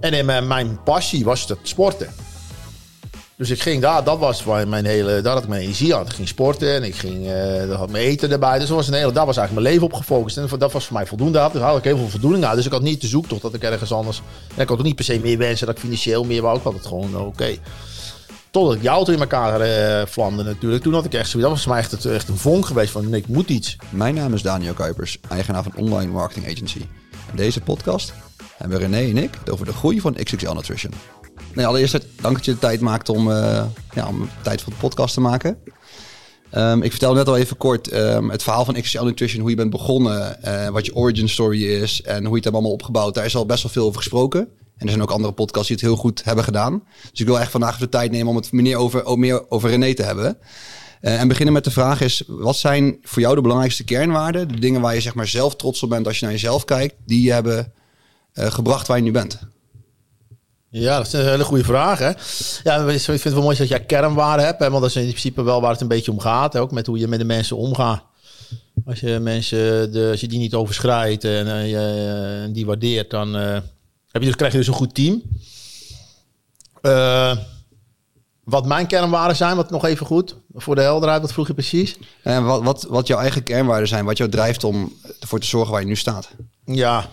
En mijn passie was het sporten. Dus ik ging daar, daar had ik mijn energie aan. Ik ging sporten en daar had mijn eten erbij. Dus daar was eigenlijk mijn leven op gefocust. En dat was voor mij voldoende. Daar had ik heel veel voldoening aan. Dus ik had niet de zoektocht dat ik ergens anders... En ik had ook niet per se meer wensen dat ik financieel meer wou. Ik had het gewoon oké. Totdat ik die auto in elkaar vlamde natuurlijk. Toen had ik echt zoiets. Dat was voor mij echt een vonk geweest van nee, ik moet iets. Mijn naam is Daniel Kuipers, eigenaar van Online Marketing Agency. In deze podcast hebben René en ik het over de groei van XXL Nutrition. Nee, allereerst dank dat je de tijd maakt om tijd voor de podcast te maken. Ik vertel net al even kort het verhaal van XXL Nutrition, hoe je bent begonnen, wat je origin story is en hoe je het hebt allemaal opgebouwd. Daar is al best wel veel over gesproken. En er zijn ook andere podcasts die het heel goed hebben gedaan. Dus ik wil echt vandaag de tijd nemen om het meer over René te hebben. En beginnen met de vraag is, wat zijn voor jou de belangrijkste kernwaarden? De dingen waar je zeg maar zelf trots op bent als je naar jezelf kijkt, die je hebben gebracht waar je nu bent? Ja, dat is een hele goede vraag. Hè? Ja, ik vind het wel mooi dat jij kernwaarden hebt. Hè? Want dat is in principe wel waar het een beetje om gaat. Hè? Ook met hoe je met de mensen omgaat. Als je die niet overschrijdt en die waardeert, dan krijg je dus een goed team. Wat mijn kernwaarden zijn, wat nog even goed, voor de helderheid, wat vroeg je precies? En wat jouw eigen kernwaarden zijn, wat jou drijft om ervoor te zorgen waar je nu staat? Ja,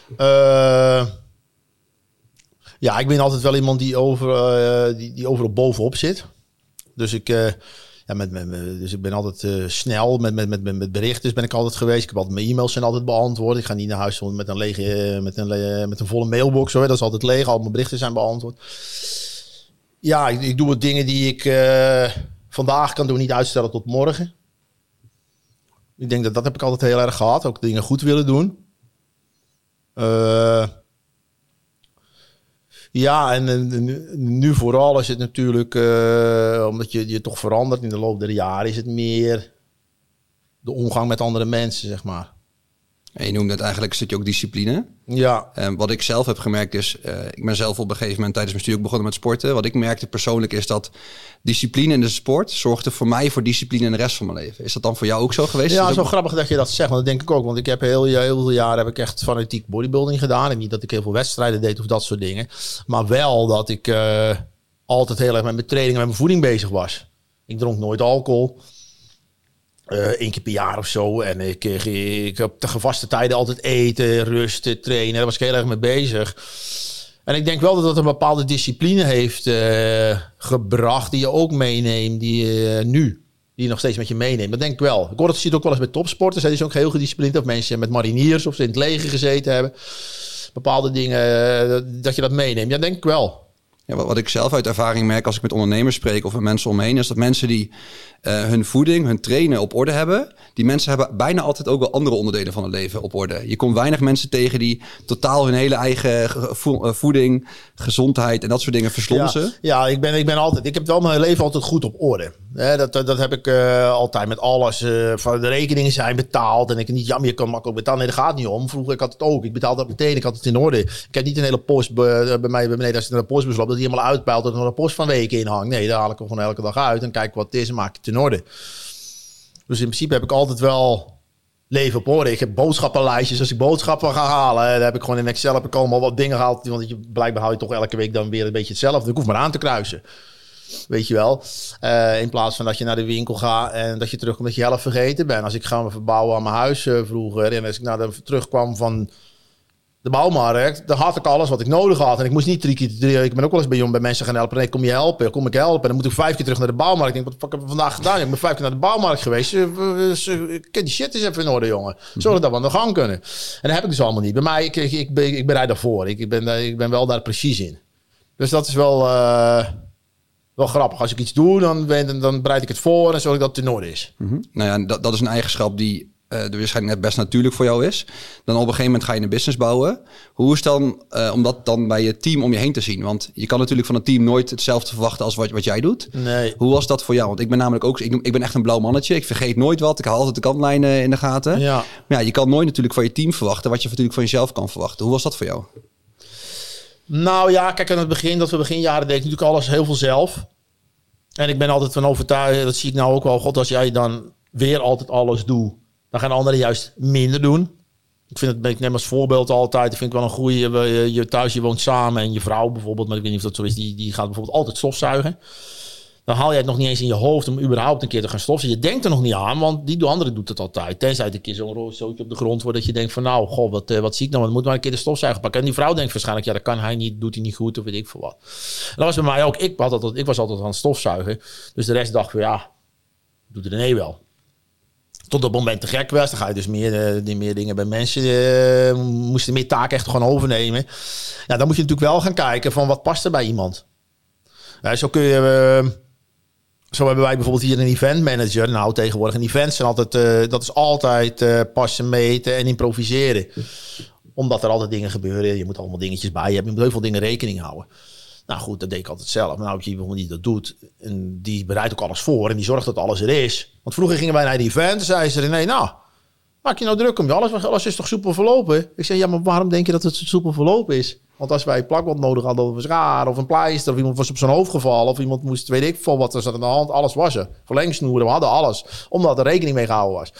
ik ben altijd wel iemand die overal bovenop zit. Dus ik ben altijd snel met berichten ben ik altijd geweest. Ik heb altijd mijn e-mails zijn altijd beantwoord. Ik ga niet naar huis met een volle mailbox. Hoor. Dat is altijd leeg. Al mijn berichten zijn beantwoord. Ja, ik doe wat dingen die ik vandaag kan doen, niet uitstellen tot morgen. Ik denk dat heb ik altijd heel erg gehad. Ook dingen goed willen doen. Ja, en nu vooral is het natuurlijk, omdat je toch verandert in de loop der jaren, is het meer de omgang met andere mensen, zeg maar. En je noemde het eigenlijk een stukje ook discipline. Ja. Wat ik zelf heb gemerkt is, ik ben zelf op een gegeven moment tijdens mijn studie ook begonnen met sporten. Wat ik merkte persoonlijk is dat discipline in de sport zorgde voor mij voor discipline in de rest van mijn leven. Is dat dan voor jou ook zo geweest? Ja, zo grappig dat je dat zegt, want dat denk ik ook. Want ik heb heel veel jaren heb ik echt fanatiek bodybuilding gedaan. En niet dat ik heel veel wedstrijden deed of dat soort dingen. Maar wel dat ik altijd heel erg met mijn training en met mijn voeding bezig was. Ik dronk nooit alcohol. 1 keer per jaar of zo. En ik heb de gevaste tijden altijd eten, rusten, trainen. Daar was ik heel erg mee bezig. En ik denk wel dat dat een bepaalde discipline heeft gebracht. Die je ook meeneemt. Die je nog steeds met je meenemt. Dat denk ik wel. Ik hoor dat je het ook wel eens bij topsporters. Die zijn ook heel gedisciplineerd. Of mensen met mariniers of ze in het leger gezeten hebben. Bepaalde dingen, dat je dat meeneemt. Ja, denk ik wel. Ja, wat ik zelf uit ervaring merk als ik met ondernemers spreek of met mensen omheen, is dat mensen die hun voeding, hun trainen op orde hebben, die mensen hebben bijna altijd ook wel andere onderdelen van het leven op orde. Je komt weinig mensen tegen die totaal hun hele eigen voeding, gezondheid en dat soort dingen verslonsen. Ja, ik heb wel mijn leven altijd goed op orde. Dat heb ik altijd met alles. Van de rekeningen zijn betaald en ik niet jammer, je kan makkelijk betalen. Nee, daar gaat niet om. Vroeger ik had het ook. Ik betaalde dat meteen. Ik had het in orde. Ik heb niet een hele post bij mij beneden als ik naar de post beslop, dat die helemaal uitpeilt dat er nog een post van weken in hangt. Nee, daar haal ik er gewoon elke dag uit en kijk wat het is en maak het in orde. Dus in principe heb ik altijd wel leven op orde. Ik heb boodschappenlijstjes. Als ik boodschappen ga halen, dan heb ik gewoon in Excel heb ik allemaal wat dingen gehaald. Want blijkbaar hou je toch elke week dan weer een beetje hetzelfde. Ik hoef maar aan te kruisen. Weet je wel. In plaats van dat je naar de winkel gaat en dat je terugkomt dat je helft vergeten bent. Als ik ga me verbouwen aan mijn huis vroeger. En als ik terugkwam van de bouwmarkt, dan had ik alles wat ik nodig had. En ik moest niet 3 keer... Ik ben ook wel eens bij mensen gaan helpen. Nee, kom je helpen? Kom ik helpen? En dan moet ik 5 keer terug naar de bouwmarkt. Ik denk, wat heb ik vandaag gedaan? Ik ben 5 keer naar de bouwmarkt geweest. Ik ken die shit eens even in orde, jongen. Zorg dat we aan de gang kunnen. En dat heb ik dus allemaal niet. Bij mij, ik bereid daarvoor. Ik ben wel daar precies in. Dus dat is wel grappig. Als ik iets doe, dan bereid ik het voor en zorg ik dat het in orde is. Mm-hmm. Nou ja, dat is een eigenschap die waarschijnlijk net best natuurlijk voor jou is. Dan op een gegeven moment ga je een business bouwen. Hoe is het dan om dat dan bij je team om je heen te zien? Want je kan natuurlijk van een team nooit hetzelfde verwachten als wat jij doet. Nee. Hoe was dat voor jou? Want ik ben namelijk ook, ik ben echt een blauw mannetje. Ik vergeet nooit wat. Ik haal altijd de kantlijnen in de gaten. Ja. Maar ja, je kan nooit natuurlijk van je team verwachten wat je natuurlijk van jezelf kan verwachten. Hoe was dat voor jou? Nou ja, kijk, aan het begin, dat we beginjaren deed ik natuurlijk alles heel veel zelf. En ik ben altijd van overtuigd, dat zie ik nou ook wel. God, als jij dan weer altijd alles doet, dan gaan anderen juist minder doen. Ik vind het, ik neem als voorbeeld altijd, ik vind ik wel een goede, je woont samen en je vrouw bijvoorbeeld, maar ik weet niet of dat zo is, die gaat bijvoorbeeld altijd stofzuigen. Dan haal jij het nog niet eens in je hoofd om überhaupt een keer te gaan stofzuigen. Je denkt er nog niet aan, want die andere doet het altijd. Tenzij het een keer zo'n rooszootje op de grond wordt dat je denkt van nou, goh, wat zie ik nou? Dan moet maar een keer de stofzuiger pakken. En die vrouw denkt waarschijnlijk, ja, dat kan hij niet, doet hij niet goed of weet ik veel wat. En dat was bij mij ook. Ik was altijd aan het stofzuigen. Dus de rest dacht van ja, doet René wel. Tot op het moment te gek was. Dan ga je dus meer dingen bij mensen. Moesten meer taken echt gewoon overnemen. Ja, dan moet je natuurlijk wel gaan kijken van wat past er bij iemand. Zo kun je... Zo hebben wij bijvoorbeeld hier een event manager. Nou, tegenwoordig een event zijn altijd... dat is altijd passen, meten en improviseren. Omdat er altijd dingen gebeuren. Je moet allemaal dingetjes bij hebben. Je moet heel veel dingen rekening houden. Nou goed, dat deed ik altijd zelf. Maar nou heb je iemand die dat doet. En die bereidt ook alles voor. En die zorgt dat alles er is. Want vroeger gingen wij naar die event. En zei ze, nee, nou, maak je nou druk om je. Alles is toch soepel verlopen? Ik zei, ja, maar waarom denk je dat het soepel verlopen is? Want als wij plakband nodig hadden, of een schaar, of een pleister, of iemand was op zijn hoofd gevallen, of iemand moest, weet ik veel wat er zat aan de hand, alles was er. Verlengsnoeren, we hadden alles. Omdat er rekening mee gehouden was.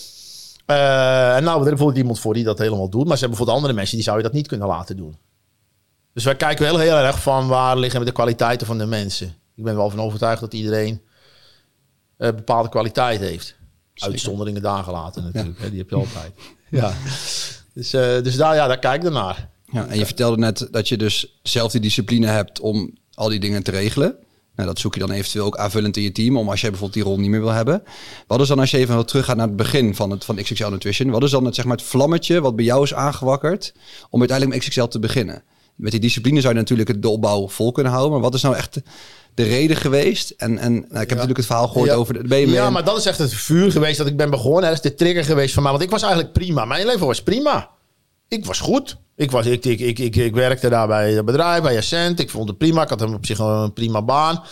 En nou, er is bijvoorbeeld iemand voor die dat helemaal doet. Maar ze hebben bijvoorbeeld andere mensen, die zou je dat niet kunnen laten doen. Dus wij kijken wel heel erg van waar liggen de kwaliteiten van de mensen. Ik ben wel van overtuigd dat iedereen bepaalde kwaliteit heeft. Uitzonderingen daar gelaten natuurlijk. Ja. Hè, die heb je altijd. Ja. Dus daar kijk ik ernaar. Ja, en je vertelde net dat je dus zelf die discipline hebt om al die dingen te regelen. Nou, dat zoek je dan eventueel ook aanvullend in je team, om als je bijvoorbeeld die rol niet meer wil hebben. Wat is dan, als je even teruggaat naar het begin van XXL Nutrition, wat is dan het vlammetje wat bij jou is aangewakkerd om uiteindelijk met XXL te beginnen? Met die discipline zou je natuurlijk de opbouw vol kunnen houden, maar wat is nou echt de reden geweest? En ik heb natuurlijk het verhaal gehoord over de BMW. Ja, maar dat is echt het vuur geweest dat ik ben begonnen. Dat is de trigger geweest van mij, want ik was eigenlijk prima. Mijn leven was prima. Ik was goed. Ik werkte daar bij het bedrijf, bij Ascent. Ik vond het prima. Ik had op zich een prima baan.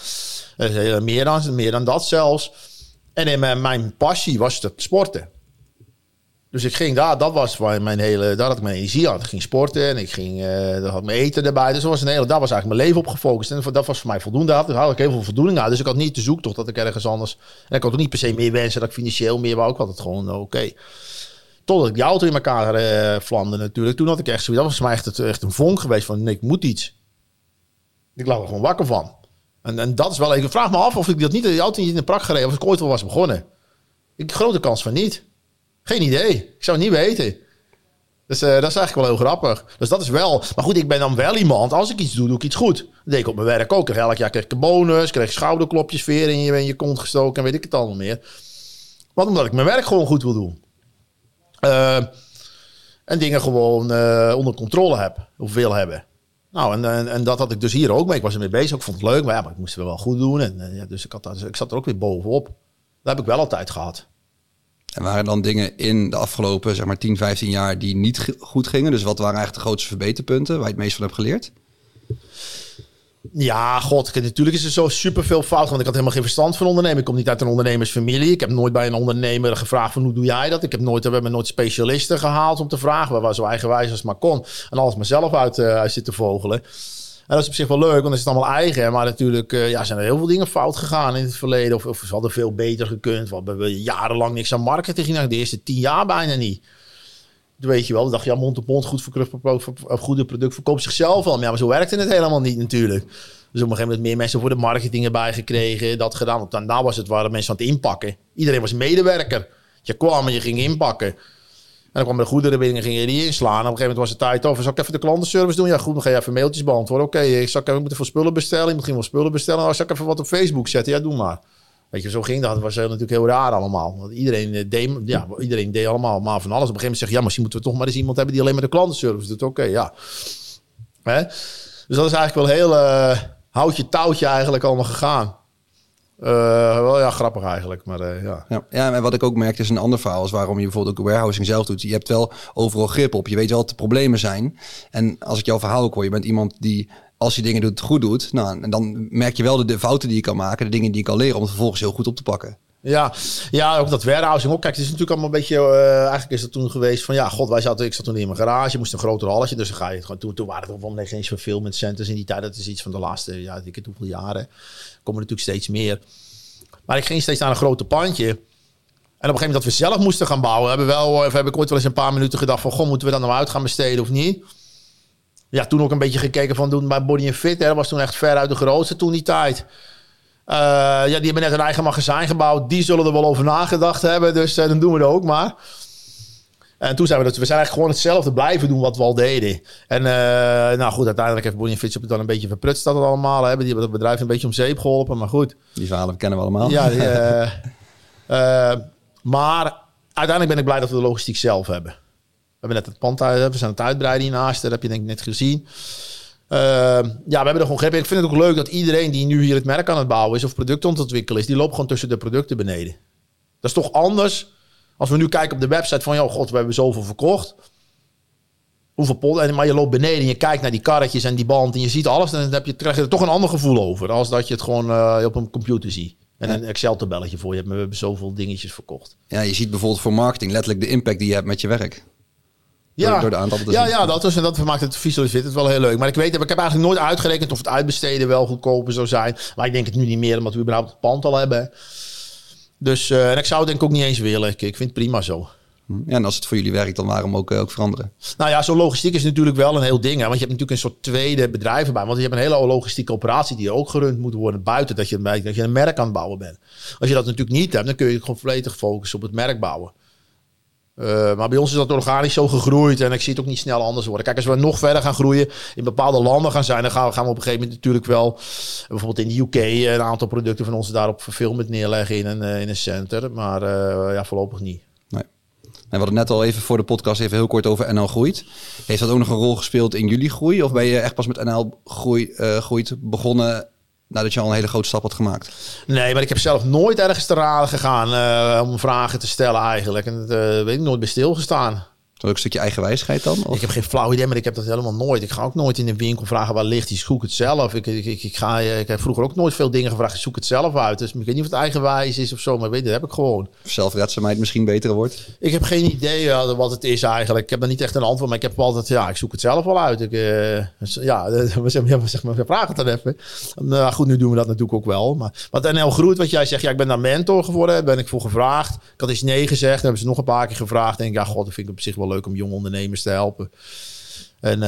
Meer dan dat zelfs. En mijn passie was het sporten. Dus ik ging daar, daar had ik mijn energie aan. Ik ging sporten en daar had ik mijn eten erbij. Dus daar was eigenlijk mijn leven op gefocust. En dat was voor mij voldoende. Daar had ik heel veel voldoening aan. Dus ik had niet de zoektocht dat ik ergens anders... En ik had ook niet per se meer wensen dat ik financieel meer wou. Ik had het gewoon oké. Totdat ik die auto in elkaar vlamde natuurlijk. Toen had ik echt zoiets. Dat was voor mij echt een vonk geweest van nee, ik moet iets. Ik lag er gewoon wakker van. En dat is wel even... Vraag me af of ik die auto niet in de prak gereden. Of ik ooit wel was begonnen. Ik grote kans van niet. Geen idee. Ik zou het niet weten. Dus dat is eigenlijk wel heel grappig. Dus dat is wel... Maar goed, ik ben dan wel iemand... Als ik iets doe, doe ik iets goed. Dat deed ik op mijn werk ook. Elk jaar kreeg ik een bonus. Kreeg schouderklopjes weer in je kont gestoken. En weet ik het allemaal meer. Want omdat ik mijn werk gewoon goed wil doen. En dingen gewoon onder controle heb. Of wil hebben. Nou, en dat had ik dus hier ook mee. Ik was ermee bezig. Ik vond het leuk. Maar ik moest het wel goed doen. En, dus ik zat er ook weer bovenop. Dat heb ik wel altijd gehad. En waren er dan dingen in de afgelopen 10, 15 jaar die niet goed gingen? Dus wat waren eigenlijk de grootste verbeterpunten waar je het meest van hebt geleerd? Ja, natuurlijk is er zo superveel fout. Want ik had helemaal geen verstand van ondernemen. Ik kom niet uit een ondernemersfamilie. Ik heb nooit bij een ondernemer gevraagd van hoe doe jij dat? We hebben nooit specialisten gehaald om te vragen. We waren zo eigenwijs als het maar kon. En alles mezelf uit zitten vogelen. En dat is op zich wel leuk, want dan is het allemaal eigen. Maar natuurlijk zijn er heel veel dingen fout gegaan in het verleden. Of ze hadden veel beter gekund. We hebben jarenlang niks aan marketing gedaan. De eerste 10 jaar bijna niet. Dat weet je wel. Dan dacht je, mond-op-mond, goede product verkoopt zichzelf al. Maar zo werkte het helemaal niet natuurlijk. Dus op een gegeven moment meer mensen voor de marketing erbij gekregen. Dat gedaan. Want daarna waren mensen aan het inpakken. Iedereen was medewerker. Je kwam en je ging inpakken. En dan kwam de goederen binnen en ging je die inslaan. En op een gegeven moment was het tijd over. Zal ik even de klantenservice doen? Ja, goed, dan ga je even mailtjes beantwoorden. Oké, ik moet even spullen bestellen. Iemand ging wel spullen bestellen. Nou, zal ik even wat op Facebook zetten? Ja, doe maar. Weet je, zo ging dat. Het was natuurlijk heel raar allemaal. Want iedereen deed allemaal maar van alles. Op een gegeven moment zeg je, ja, misschien moeten we toch maar eens iemand hebben die alleen maar de klantenservice doet. Oké, ja. Hè? Dus dat is eigenlijk wel heel houtje touwtje eigenlijk allemaal gegaan. Wel grappig eigenlijk, maar ja. Ja, en wat ik ook merkte is een ander verhaal is waarom je bijvoorbeeld ook warehousing zelf doet. Je hebt wel overal grip op. Je weet wel wat de problemen zijn. En als ik jouw verhaal ook hoor, je bent iemand die als je dingen goed doet, nou, en dan merk je wel de fouten die je kan maken, de dingen die je kan leren om het vervolgens heel goed op te pakken. Ja, ook dat warehousing ook. Kijk, het is natuurlijk allemaal een beetje... eigenlijk is het toen geweest van... ik zat toen in mijn garage. Moest een groter halletje. Dus dan ga je het gewoon... Toen waren er wel niet eens fulfillment centers in die tijd. Dat is iets van de laatste... ik weet hoeveel jaren. Komen natuurlijk steeds meer. Maar ik ging steeds naar een groter pandje. En op een gegeven moment dat we zelf moesten gaan bouwen... heb ik ooit wel eens een paar minuten gedacht van... Goh, moeten we dat nou uit gaan besteden of niet? Ja, toen ook een beetje gekeken van doen bij Body & Fit. Hè. Dat was toen echt ver uit de grootste toen die tijd. Die hebben net een eigen magazijn gebouwd. Die zullen er wel over nagedacht hebben. Dus dan doen we dat ook maar. En toen zijn we eigenlijk gewoon hetzelfde blijven doen wat we al deden. En nou goed, uiteindelijk heeft Body & Fit het dan een beetje verprutst dat het allemaal. Hebben. Die hebben het bedrijf een beetje om zeep geholpen, maar goed. Die verhalen kennen we allemaal. Ja, maar uiteindelijk ben ik blij dat we de logistiek zelf hebben. We hebben net het pand uit, we zijn het uitbreiden hiernaast. Dat heb je denk ik net gezien. Ja, we hebben er gewoon greep. Ik vind het ook leuk dat iedereen die nu hier het merk aan het bouwen is... of producten aan het ontwikkelen is, die loopt gewoon tussen de producten beneden. Dat is toch anders als we nu kijken op de website van... joh, god, we hebben zoveel verkocht. Hoeveel pot, maar je loopt beneden en je kijkt naar die karretjes en die band... en je ziet alles, dan krijg je er toch een ander gevoel over... als dat je het gewoon op een computer ziet. En een Excel-tabelletje voor je hebt. We hebben zoveel dingetjes verkocht. Ja, je ziet bijvoorbeeld voor marketing letterlijk de impact die je hebt met je werk. Door de aantal te zien. Ja, dat maakt het visualiseert het wel heel leuk. Maar ik heb eigenlijk nooit uitgerekend of het uitbesteden wel goedkoper zou zijn. Maar ik denk het nu niet meer, omdat we überhaupt het pand al hebben. Dus en ik zou het denk ik ook niet eens willen. Ik vind het prima zo. Ja, en als het voor jullie werkt, dan waarom ook veranderen? Nou ja, zo'n logistiek is natuurlijk wel een heel ding. Hè? Want je hebt natuurlijk een soort tweede bedrijf erbij. Want je hebt een hele logistieke operatie die ook gerund moet worden buiten dat je een merk aan het bouwen bent. Als je dat natuurlijk niet hebt, dan kun je gewoon volledig focussen op het merk bouwen. Maar bij ons is dat organisch zo gegroeid en ik zie het ook niet snel anders worden. Kijk, als we nog verder gaan groeien, in bepaalde landen gaan zijn, dan gaan we op een gegeven moment natuurlijk wel, bijvoorbeeld in de UK, een aantal producten van ons daarop verfilmd neerleggen in een center. Maar ja, voorlopig niet. Nee. We hadden net al even voor de podcast even heel kort over NL Groeit. Heeft dat ook nog een rol gespeeld in jullie groei? Of ben je echt pas met NL Groeit begonnen nadat je al een hele grote stap had gemaakt? Nee, maar ik heb zelf nooit ergens te raden gegaan om vragen te stellen eigenlijk. En dat weet ik nooit bij stilgestaan. Is dat ook een stukje eigenwijsheid dan? Of? Ik heb geen flauw idee, maar ik heb dat helemaal nooit. Ik ga ook nooit in de winkel vragen waar ligt die, zoek het zelf. Ik heb vroeger ook nooit veel dingen gevraagd, zoek het zelf uit. Dus ik weet niet of het eigenwijs is of zo, maar weet je, dat heb ik gewoon. Zelfredzaamheid misschien beter wordt? Ik heb geen idee wat het is eigenlijk. Ik heb er niet echt een antwoord, maar ik heb altijd, ik zoek het zelf wel uit. We vragen het dan even. Nou goed, nu doen we dat natuurlijk ook wel. Maar wat NL Groeit, wat jij zegt, ik ben daar mentor geworden, daar ben ik voor gevraagd. Ik had eens nee gezegd, dan hebben ze nog een paar keer gevraagd. Denk ik, god, dat vind ik op zich wel leuk om jonge ondernemers te helpen. En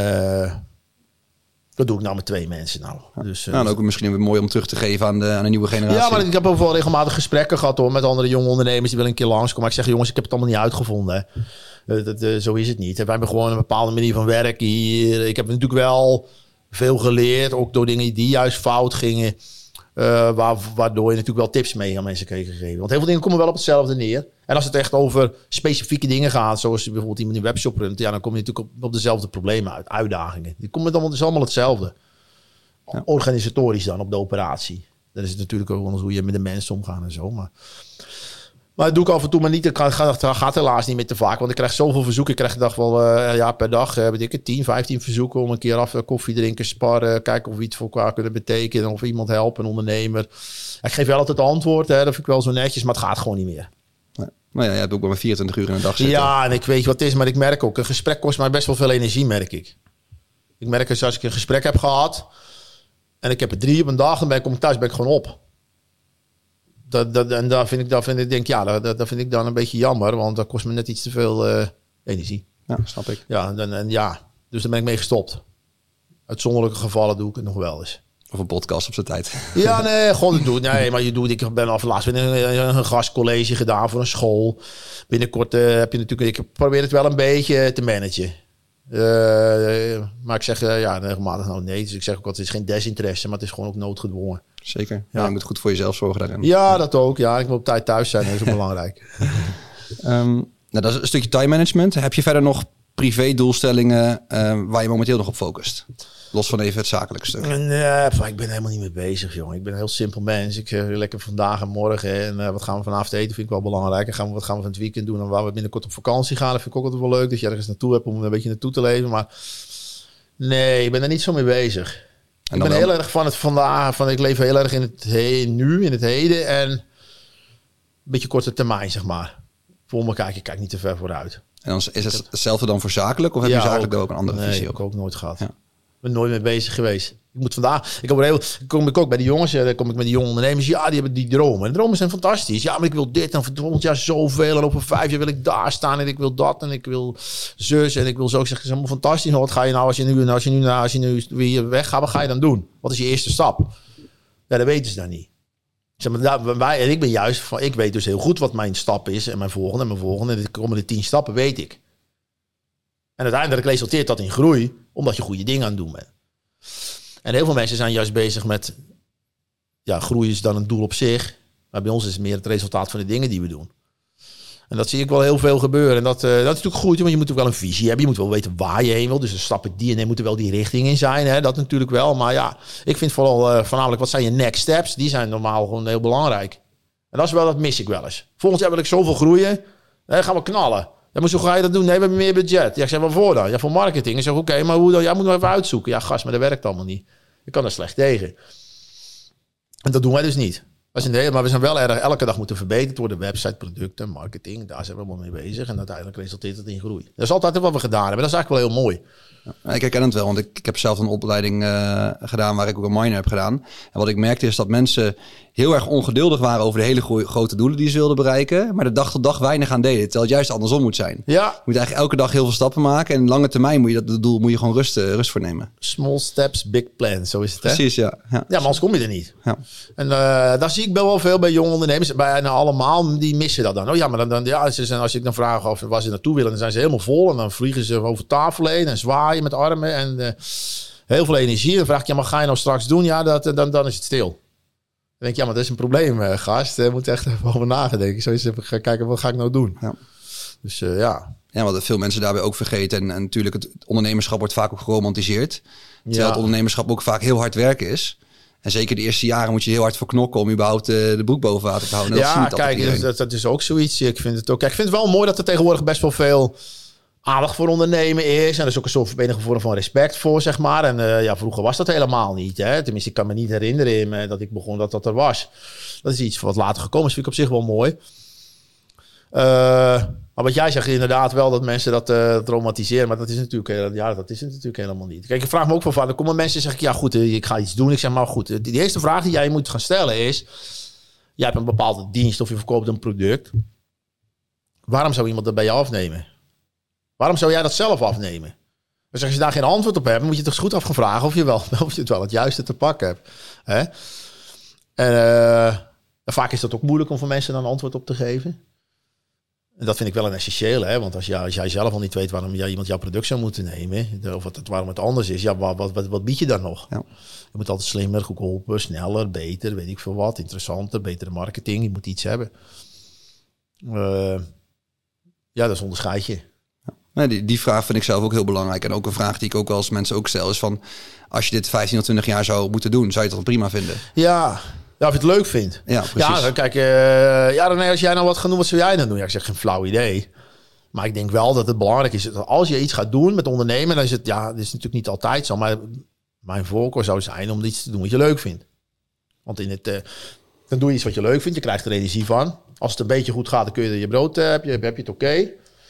dat doe ik nou met 2 mensen nou. Dus, en ook misschien weer mooi om terug te geven aan de nieuwe generatie. Ja, maar ik heb ook wel regelmatig gesprekken gehad hoor, met andere jonge ondernemers die willen een keer langskomen. Maar ik zeg, jongens, ik heb het allemaal niet uitgevonden. Zo is het niet. Wij hebben gewoon een bepaalde manier van werken hier. Ik heb natuurlijk wel veel geleerd, ook door dingen die juist fout gingen. Waardoor je natuurlijk wel tips mee aan mensen kreeg gegeven. Want heel veel dingen komen wel op hetzelfde neer. En als het echt over specifieke dingen gaat, zoals bijvoorbeeld iemand die een webshop runt, dan kom je natuurlijk op dezelfde problemen uit, uitdagingen. Die komen allemaal, het is allemaal hetzelfde. Ja. Organisatorisch dan op de operatie. Dan is het natuurlijk ook anders hoe je met de mensen omgaat en zo. Maar dat doe ik af en toe, maar niet. Dat gaat helaas niet meer te vaak. Want ik krijg zoveel verzoeken. Ik krijg de dag wel per dag weet ik het, 10, 15 verzoeken om een keer af koffie drinken, sparren, kijken of we iets voor elkaar kunnen betekenen. Of iemand helpen, een ondernemer. Ik geef wel altijd antwoord. Dat vind ik wel zo netjes, maar het gaat gewoon niet meer. Maar ja, je hebt ook maar 24 uur in een dag zitten. Ja, en ik weet wat het is, maar ik merk ook, een gesprek kost mij best wel veel energie, merk ik. Ik merk dus als ik een gesprek heb gehad en ik heb er 3 op een dag, dan kom ik thuis, ben ik gewoon op. En daar vind ik dan een beetje jammer, want dat kost me net iets te veel energie. Ja, snap ik. Ja, dus daar ben ik mee gestopt. Uitzonderlijke gevallen doe ik het nog wel eens. Of een podcast op zijn tijd. Ja, nee, gewoon het doen. Nee, maar ik ben al laatst een gastcollege gedaan voor een school. Binnenkort heb je natuurlijk, ik probeer het wel een beetje te managen. Maar ik zeg regelmatig nou nee. Dus ik zeg ook altijd, het is geen desinteresse, maar het is gewoon ook noodgedwongen. Zeker. Ja. Je moet goed voor jezelf zorgen daarin. Ja, dat ook. Ja, ik moet op tijd thuis zijn. Dat is ook belangrijk. Dat is een stukje time management. Heb je verder nog privé doelstellingen waar je momenteel nog op focust? Los van even het zakelijke stuk. Nee, ik ben helemaal niet mee bezig, jongen. Ik ben een heel simpel mens. Ik lekker vandaag en morgen. En wat gaan we vanavond eten, vind ik wel belangrijk. En wat gaan we van het weekend doen? En waar we binnenkort op vakantie gaan, dat vind ik ook altijd wel leuk. Dat je ergens naartoe hebt om een beetje naartoe te leven. Maar nee, ik ben er niet zo mee bezig. Ik ben heel erg van het vandaag. Ik leef heel erg in het nu, in het heden. En een beetje korte termijn, zeg maar. Voor me kijken, ik kijk niet te ver vooruit. En dan is het hetzelfde dan voor zakelijk? Of heb je zakelijk ook een andere visie? Nee, heb ik ook nooit gehad. Ja. Ik ben nooit mee bezig geweest. Kom ik ook bij de jongens, dan kom ik met die jonge ondernemers. Ja, die hebben die dromen. En dromen zijn fantastisch. Ja, maar ik wil dit en volgend jaar zoveel. En over 5 jaar wil ik daar staan en ik wil dat en ik wil zus en ik wil zo. Ik zeg, het is allemaal fantastisch. Maar wat ga je nou als je nu weer weggaat, wat ga je dan doen? Wat is je eerste stap? Ja, dat weten ze dan niet. Zeg maar, en ik ben juist van, ik weet dus heel goed wat mijn stap is en mijn volgende. En de komende 10 stappen weet ik. En uiteindelijk resulteert dat in groei, omdat je goede dingen aan het doen bent. En heel veel mensen zijn juist bezig met, ja, groei is dan een doel op zich. Maar bij ons is het meer het resultaat van de dingen die we doen. En dat zie ik wel heel veel gebeuren. En dat is natuurlijk goed, want je moet ook wel een visie hebben. Je moet wel weten waar je heen wil. Dus de stappen die je neemt moeten wel die richting in zijn. Hè? Dat natuurlijk wel. Maar ja, ik vind vooral voornamelijk, wat zijn je next steps? Die zijn normaal gewoon heel belangrijk. En dat mis ik wel eens. Volgend jaar wil ik zoveel groeien. Dan gaan we knallen. Ja, maar zo ga je dat doen? Nee, we hebben meer budget. Ja, ik zeg, waarvoor dan? Ja, voor marketing. Ik zeg, oké, maar hoe dan? Jij moet nog even uitzoeken. Ja, gast, maar dat werkt allemaal niet. Ik kan er slecht tegen. En dat doen wij dus niet. Maar we zijn wel elke dag moeten verbeterd worden. Website, producten, marketing. Daar zijn we allemaal mee bezig. En uiteindelijk resulteert het in groei. Dat is altijd wat we gedaan hebben. Dat is eigenlijk wel heel mooi. Ja, ik herken het wel, want ik heb zelf een opleiding gedaan waar ik ook een minor heb gedaan. En wat ik merkte is dat mensen heel erg ongeduldig waren over de hele grote doelen die ze wilden bereiken. Maar de dag tot dag weinig aan deden. Terwijl het juist andersom moet zijn. Ja. Je moet eigenlijk elke dag heel veel stappen maken. En lange termijn moet je gewoon rust voor nemen. Small steps, big plan. Zo is het, hè? Precies, ja. Ja, maar anders kom je er niet. Ja. En daar zie ik wel veel bij jonge ondernemers. Bijna allemaal, die missen dat dan. Oh ja, maar als ik dan vraag of waar ze naartoe willen, dan zijn ze helemaal vol. En dan vliegen ze over tafel heen en zwaaien met armen. En heel veel energie. Dan vraag ik, ja, maar ga je nou straks doen? Ja, dan is het stil. Dan denk ik, ja, maar dat is een probleem, gast. Je moet echt even over nadenken. Zo is het, ga kijken, wat ga ik nou doen? Ja. Dus ja. Ja, wat veel mensen daarbij ook vergeten. En natuurlijk, het ondernemerschap wordt vaak ook geromantiseerd. Terwijl het ondernemerschap ook vaak heel hard werken is. En zeker de eerste jaren moet je heel hard voor knokken om überhaupt de broek boven water te houden. Ja, kijk, dat is ook zoiets. Ik vind het ook. Kijk, ik vind het wel mooi dat er tegenwoordig best wel veel aandacht voor ondernemen is. En er is ook een soort enige vorm van respect voor, zeg maar. En vroeger was dat helemaal niet. Hè? Tenminste, ik kan me niet herinneren dat ik begon dat er was. Dat is iets wat later gekomen is, vind ik op zich wel mooi. Maar wat jij zegt inderdaad wel, dat mensen dat romantiseren. Maar dat is natuurlijk helemaal niet. Kijk, ik vraag me ook van, er komen mensen en zeg ik, ja goed, ik ga iets doen. Ik zeg maar goed, de eerste vraag die jij moet gaan stellen is, jij hebt een bepaalde dienst of je verkoopt een product. Waarom zou iemand dat bij jou afnemen? Waarom zou jij dat zelf afnemen? Dus als je daar geen antwoord op hebt, moet je toch eens goed af gaan vragen of je het wel het juiste te pakken hebt. Hè? En vaak is dat ook moeilijk om voor mensen dan een antwoord op te geven. En dat vind ik wel een essentieel, hè? Want als jij zelf al niet weet waarom iemand jouw product zou moeten nemen, of waarom het anders is, ja, wat bied je dan nog? Ja. Je moet altijd slimmer, goedkoper, sneller, beter, weet ik veel wat, interessanter, betere marketing. Je moet iets hebben. Ja, dat is een onderscheidje. Nee, die vraag vind ik zelf ook heel belangrijk. En ook een vraag die ik ook wel als mensen ook stel is van, als je dit 15 of 20 jaar zou moeten doen, zou je het dan prima vinden? Ja, of je het leuk vindt. Ja, precies. Ja, kijk, als jij nou wat gaat doen, wat zou jij dan doen? Ja, ik zeg geen flauw idee. Maar ik denk wel dat het belangrijk is dat als je iets gaat doen met ondernemen, dan is het, ja, dat is natuurlijk niet altijd zo, maar mijn voorkeur zou zijn om iets te doen wat je leuk vindt. Want dan doe je iets wat je leuk vindt, je krijgt er energie van. Als het een beetje goed gaat, dan kun je je brood, heb je het oké.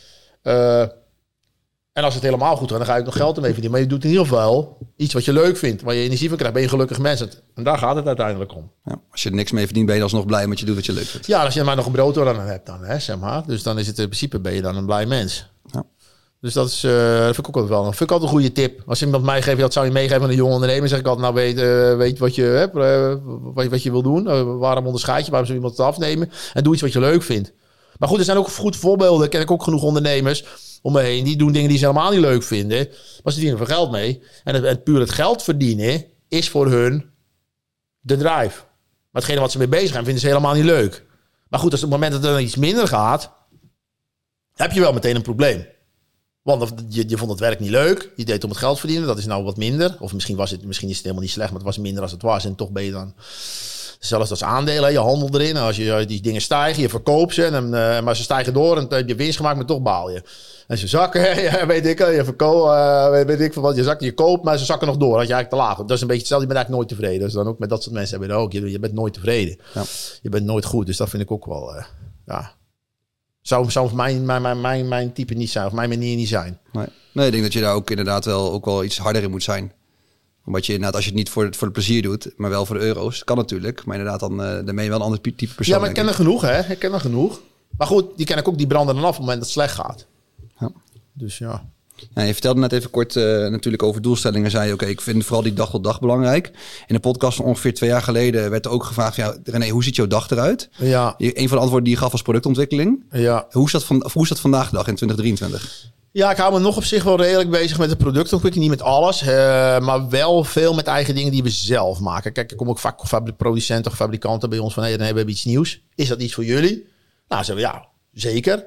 En als het helemaal goed gaat, dan ga je ook nog geld ermee verdienen. Maar je doet in ieder geval iets wat je leuk vindt, waar je energie van krijgt, ben je een gelukkig mens. En daar gaat het uiteindelijk om. Ja, als je er niks mee verdient, ben je alsnog blij met je doet wat je leuk vindt. Ja, als je maar nog een brood aan hebt dan, hè, zeg maar. Dus dan is het in principe, ben je dan een blij mens. Ja. Dus dat is, vind ik ook altijd een goede tip. Als iemand mij geeft, dat zou je meegeven aan een jonge ondernemer, zeg ik altijd, nou weet wat je hebt, wat je wil doen. Waarom onderscheid je, waarom zou iemand het afnemen? En doe iets wat je leuk vindt. Maar goed, er zijn ook goed voorbeelden. Ken ik ook genoeg ondernemers om me heen. Die doen dingen die ze helemaal niet leuk vinden. Maar ze verdienen veel geld mee. En puur het geld verdienen is voor hun de drive. Maar hetgene wat ze mee bezig zijn, vinden ze helemaal niet leuk. Maar goed, als op het moment dat er dan iets minder gaat, heb je wel meteen een probleem. Want je vond het werk niet leuk. Je deed om het geld verdienen. Dat is nou wat minder. Of misschien is het helemaal niet slecht, maar het was minder als het was. En toch ben je dan, zelfs als aandelen, je handelt erin. En als die dingen stijgen, je verkoopt ze. Maar ze stijgen door en dan heb je winst gemaakt, maar toch baal je. En ze zakken, ja, weet ik, je verkoopt, weet ik veel wat. Je zakt, je koopt, maar ze zakken nog door. Als je eigenlijk te laag. Dat is een beetje hetzelfde. Je bent eigenlijk nooit tevreden. Dus dan ook met dat soort mensen hebben we ook. Je bent nooit tevreden. Ja. Je bent nooit goed. Dus dat vind ik ook wel, ja. Zou mijn type niet zijn, of mijn manier niet zijn. Nee, ik denk dat je daar ook inderdaad wel iets harder in moet zijn. Omdat je inderdaad, als je het niet voor het plezier doet, maar wel voor de euro's, kan natuurlijk. Maar inderdaad, dan ben je wel een ander type persoon. Ja, maar ik ken er genoeg, hè. Ik ken er genoeg. Maar goed, die ken ik ook, die branden dan af op het moment dat het slecht gaat. Ja. Dus ja. Ja, je vertelde net even kort natuurlijk over doelstellingen. Zei je, oké, ik vind vooral die dag tot dag belangrijk. In een podcast van ongeveer 2 jaar geleden werd er ook gevraagd van, ja, René, hoe ziet jouw dag eruit? Ja. Een van de antwoorden die je gaf was productontwikkeling. Ja. Hoe is dat vandaag de dag in 2023? Ja, ik hou me nog op zich wel redelijk bezig met de productontwikkeling. Niet met alles, maar wel veel met eigen dingen die we zelf maken. Kijk, ik kom ook vaak producenten of fabrikanten bij ons van... nee, we hebben iets nieuws. Is dat iets voor jullie? Nou, zeggen we ja, zeker.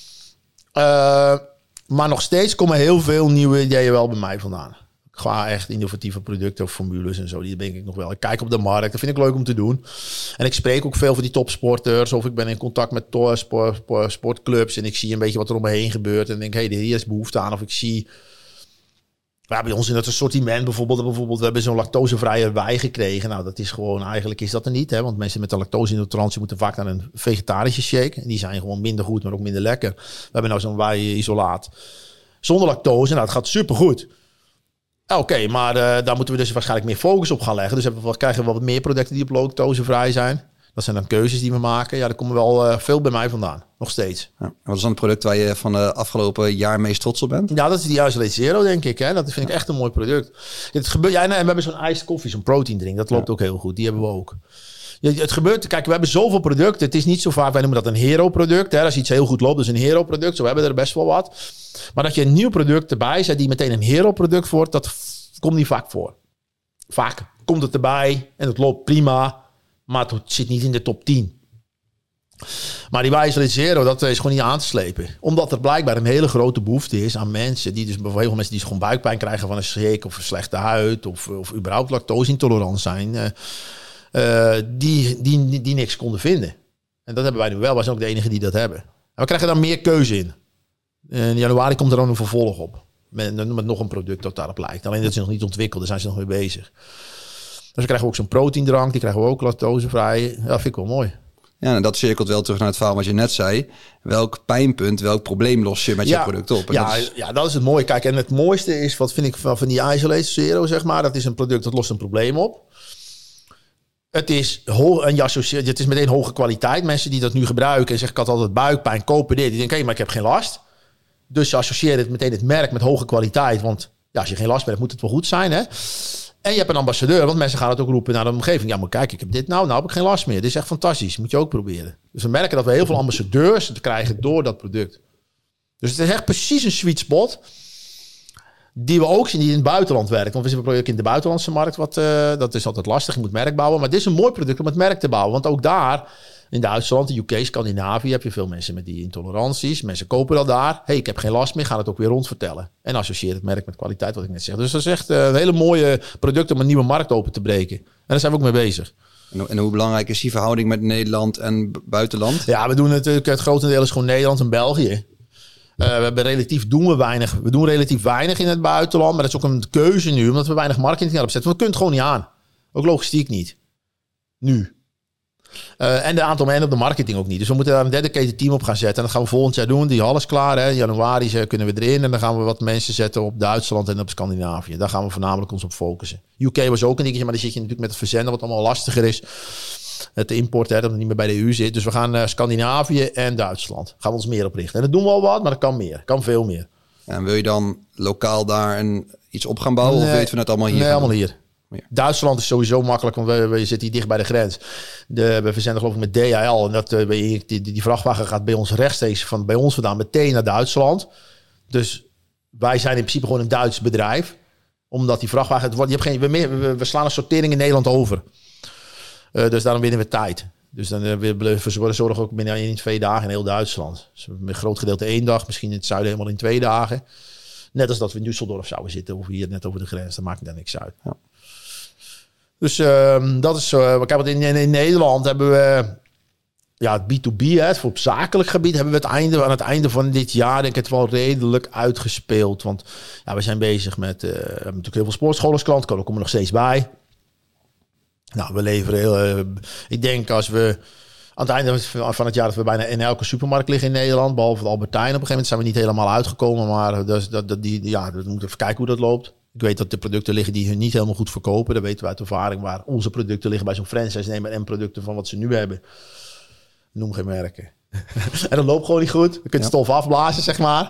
Maar nog steeds komen heel veel nieuwe ideeën wel bij mij vandaan. Qua echt innovatieve producten of formules en zo. Die denk ik nog wel. Ik kijk op de markt. Dat vind ik leuk om te doen. En ik spreek ook veel voor die topsporters. Of ik ben in contact met sportclubs. En ik zie een beetje wat er om me heen gebeurt. En denk, hé, hier is behoefte aan. Of ik zie... Ja, bij ons in het assortiment bijvoorbeeld... we hebben zo'n lactosevrije wei gekregen. Nou, dat is gewoon... Eigenlijk is dat er niet. Hè? Want mensen met een lactose-intolerantie moeten vaak naar een vegetarische shake. En die zijn gewoon minder goed, maar ook minder lekker. We hebben nou zo'n wei-isolaat. Zonder lactose. Nou, het gaat supergoed. Oké, maar daar moeten we dus waarschijnlijk meer focus op gaan leggen. Dus krijgen we wel wat meer producten die op lactosevrij zijn. Dat zijn dan keuzes die we maken. Ja, er komen wel veel bij mij vandaan. Nog steeds. Ja. Wat is dan het product waar je van de afgelopen jaar meest trots op bent? Ja, dat is die Isolate Zero, denk ik. Hè? Dat vind ik echt een mooi product. Het gebeurt, en we hebben zo'n iced koffie, zo'n protein drink. Dat loopt ook heel goed. Die hebben we ook. Ja, het gebeurt, kijk, we hebben zoveel producten. Het is niet zo vaak, wij noemen dat een hero product. Hè? Als iets heel goed loopt, dus een hero product. Zo hebben we er best wel wat. Maar dat je een nieuw product erbij zet die meteen een hero product wordt, dat komt niet vaak voor. Vaak komt het erbij en het loopt prima, maar het zit niet in de top 10. Maar die Isolate Zero, dat is gewoon niet aan te slepen. Omdat er blijkbaar een hele grote behoefte is aan mensen die dus bijvoorbeeld heel veel mensen die gewoon buikpijn krijgen van een shake of een slechte huid of überhaupt lactose-intolerant zijn, die niks konden vinden. En dat hebben wij nu wel. Wij zijn ook de enige die dat hebben. En we krijgen daar meer keuze in. In januari komt er dan een vervolg op. Met nog een product dat daarop lijkt. Alleen dat is nog niet ontwikkeld. Daar zijn ze nog mee bezig. Dus we krijgen ook zo'n proteindrank. Die krijgen we ook lactosevrij. Ja, dat vind ik wel mooi. Ja, en dat cirkelt wel terug naar het verhaal wat je net zei. Welk pijnpunt, welk probleem los je met je product op? En dat is het mooie. Kijk, en het mooiste is, wat vind ik van die Isolate Zero, zeg maar. Dat is een product dat lost een probleem op. Het is, het is meteen hoge kwaliteit. Mensen die dat nu gebruiken en zeggen, ik had altijd buikpijn, kopen dit. Die denken, maar ik heb geen last. Dus je associeert het meteen het merk met hoge kwaliteit. Want ja, als je geen last meer hebt, moet het wel goed zijn, hè? En je hebt een ambassadeur, want mensen gaan het ook roepen naar de omgeving. Ja, maar kijk, ik heb dit nou heb ik geen last meer. Dit is echt fantastisch, moet je ook proberen. Dus we merken dat we heel veel ambassadeurs krijgen door dat product. Dus het is echt precies een sweet spot die we ook zien die in het buitenland werkt. Want we zitten project in de buitenlandse markt, dat is altijd lastig. Je moet merk bouwen, maar dit is een mooi product om het merk te bouwen. Want ook daar, in Duitsland, de UK, Scandinavië, heb je veel mensen met die intoleranties. Mensen kopen dat daar. Hey, ik heb geen last meer, gaan het ook weer rondvertellen. En associeer het merk met kwaliteit, wat ik net zeg. Dus dat is echt een hele mooie product om een nieuwe markt open te breken. En daar zijn we ook mee bezig. En hoe belangrijk is die verhouding met Nederland en buitenland? Ja, we doen het grotendeel is gewoon Nederland en België. We doen relatief weinig in het buitenland. Maar dat is ook een keuze nu, omdat we weinig marketing op zetten. Want we kunnen het gewoon niet aan. Ook logistiek niet. Nu. En de aantal mensen op de marketing ook niet. Dus we moeten daar een dedicated team op gaan zetten. En dat gaan we volgend jaar doen. Die hal is klaar. Hè. In januari kunnen we erin. En dan gaan we wat mensen zetten op Duitsland en op Scandinavië. Daar gaan we voornamelijk ons op focussen. UK was ook een dingetje, maar dan zit je natuurlijk met het verzenden, wat allemaal lastiger is. Het import, dat het niet meer bij de EU zit. Dus we gaan Scandinavië en Duitsland. Gaan we ons meer op richten. En dat doen we al wat, maar dat kan meer. Kan veel meer. En wil je dan lokaal daar iets op gaan bouwen? Of wil je het vanuit allemaal hier? Nee, allemaal hier. Ja. Duitsland is sowieso makkelijk, want we zitten hier dicht bij de grens. We verzenden geloof ik met DHL. En dat, die vrachtwagen gaat bij ons rechtstreeks van bij ons vandaan meteen naar Duitsland. Dus wij zijn in principe gewoon een Duits bedrijf. Omdat die vrachtwagen... we slaan een sortering in Nederland over. Dus daarom winnen we tijd. Dus dan we zorgen ook binnen 1, 2 dagen in heel Duitsland. Dus met een groot gedeelte 1 dag. Misschien in het zuiden helemaal in 2 dagen. Net als dat we in Düsseldorf zouden zitten. Of hier net over de grens. Dat maakt daar niks uit. Ja. Dus dat is... Kijk, in Nederland hebben we... Ja, het B2B, het voor op zakelijk gebied... hebben we aan het einde van dit jaar... denk ik het wel redelijk uitgespeeld. Want ja, we zijn bezig met... we hebben natuurlijk heel veel sportscholen als klant. Daar komen we nog steeds bij. Nou, we leveren ik denk als we aan het einde van het jaar... dat we bijna in elke supermarkt liggen in Nederland... behalve de Albert Heijn. Op een gegeven moment zijn we niet helemaal uitgekomen... maar we moeten even kijken hoe dat loopt. Ik weet dat de producten liggen die hun niet helemaal goed verkopen. Dat weten we uit ervaring. Waar onze producten liggen bij zo'n franchise-nemer en producten van wat ze nu hebben. Noem geen merken. En dat loopt gewoon niet goed. Je kunt stof afblazen, zeg maar.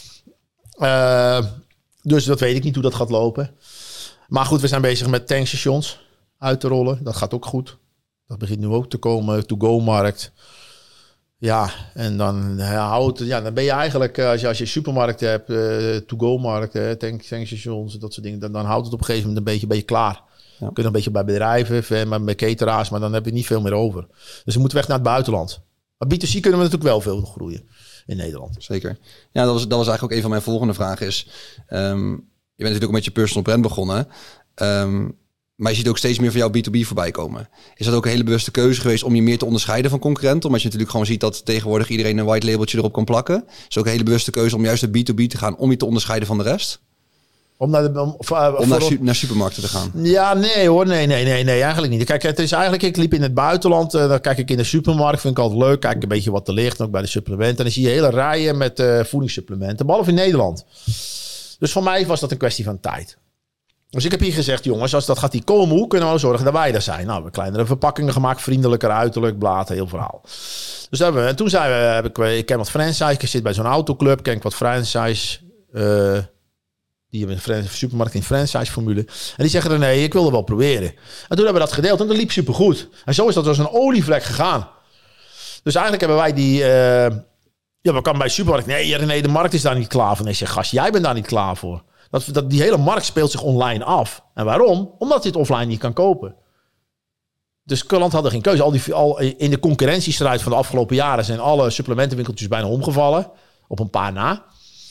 Dus dat weet ik niet hoe dat gaat lopen. Maar goed, we zijn bezig met tankstations uit te rollen. Dat gaat ook goed. Dat begint nu ook te komen. To-go-markt. Ja, en dan dan ben je eigenlijk, als je supermarkt hebt, to-go-markt, tankstations, dat soort dingen, dan houdt het op een gegeven moment een beetje klaar. Ja. Kun je een beetje bij bedrijven, maar bij cateraars, maar dan heb je niet veel meer over. Dus we moeten weg naar het buitenland. Maar B2C kunnen we natuurlijk wel veel groeien in Nederland. Zeker. Ja, dat was eigenlijk ook een van mijn volgende vragen is, je bent natuurlijk ook met je personal brand begonnen. Maar je ziet ook steeds meer van jouw B2B voorbij komen. Is dat ook een hele bewuste keuze geweest om je meer te onderscheiden van concurrenten? Omdat je natuurlijk gewoon ziet dat tegenwoordig iedereen een white labeltje erop kan plakken. Is het ook een hele bewuste keuze om juist de B2B te gaan om je te onderscheiden van de rest? Om naar supermarkten te gaan? Ja, nee hoor. Nee, eigenlijk niet. Kijk, het is eigenlijk, ik liep in het buitenland. Dan kijk ik in de supermarkt. Vind ik altijd leuk. Kijk een beetje wat er ligt. Ook bij de supplementen. En dan zie je hele rijen met voedingssupplementen. Behalve in Nederland. Dus voor mij was dat een kwestie van tijd. Dus ik heb hier gezegd, jongens, als dat gaat die komen, hoe kunnen we zorgen dat wij er zijn? Nou, we hebben kleinere verpakkingen gemaakt, vriendelijker uiterlijk, blaad, heel verhaal. Dus hebben we. En toen ik ken wat franchise, ik zit bij zo'n autoclub, ken ik wat franchise, die hebben een supermarkt in franchise formule. En die zeggen, nee, ik wil er wel proberen. En toen hebben we dat gedeeld en dat liep supergoed. En zo is dat als een olievlek gegaan. Dus eigenlijk hebben wij die... we kan bij supermarkt, nee, de markt is daar niet klaar voor. Nee, zeg, gast, jij bent daar niet klaar voor. Die hele markt speelt zich online af. En waarom? Omdat je het offline niet kan kopen. Dus klanten hadden geen keuze. Al in de concurrentiestrijd van de afgelopen jaren zijn alle supplementenwinkeltjes bijna omgevallen. Op een paar na.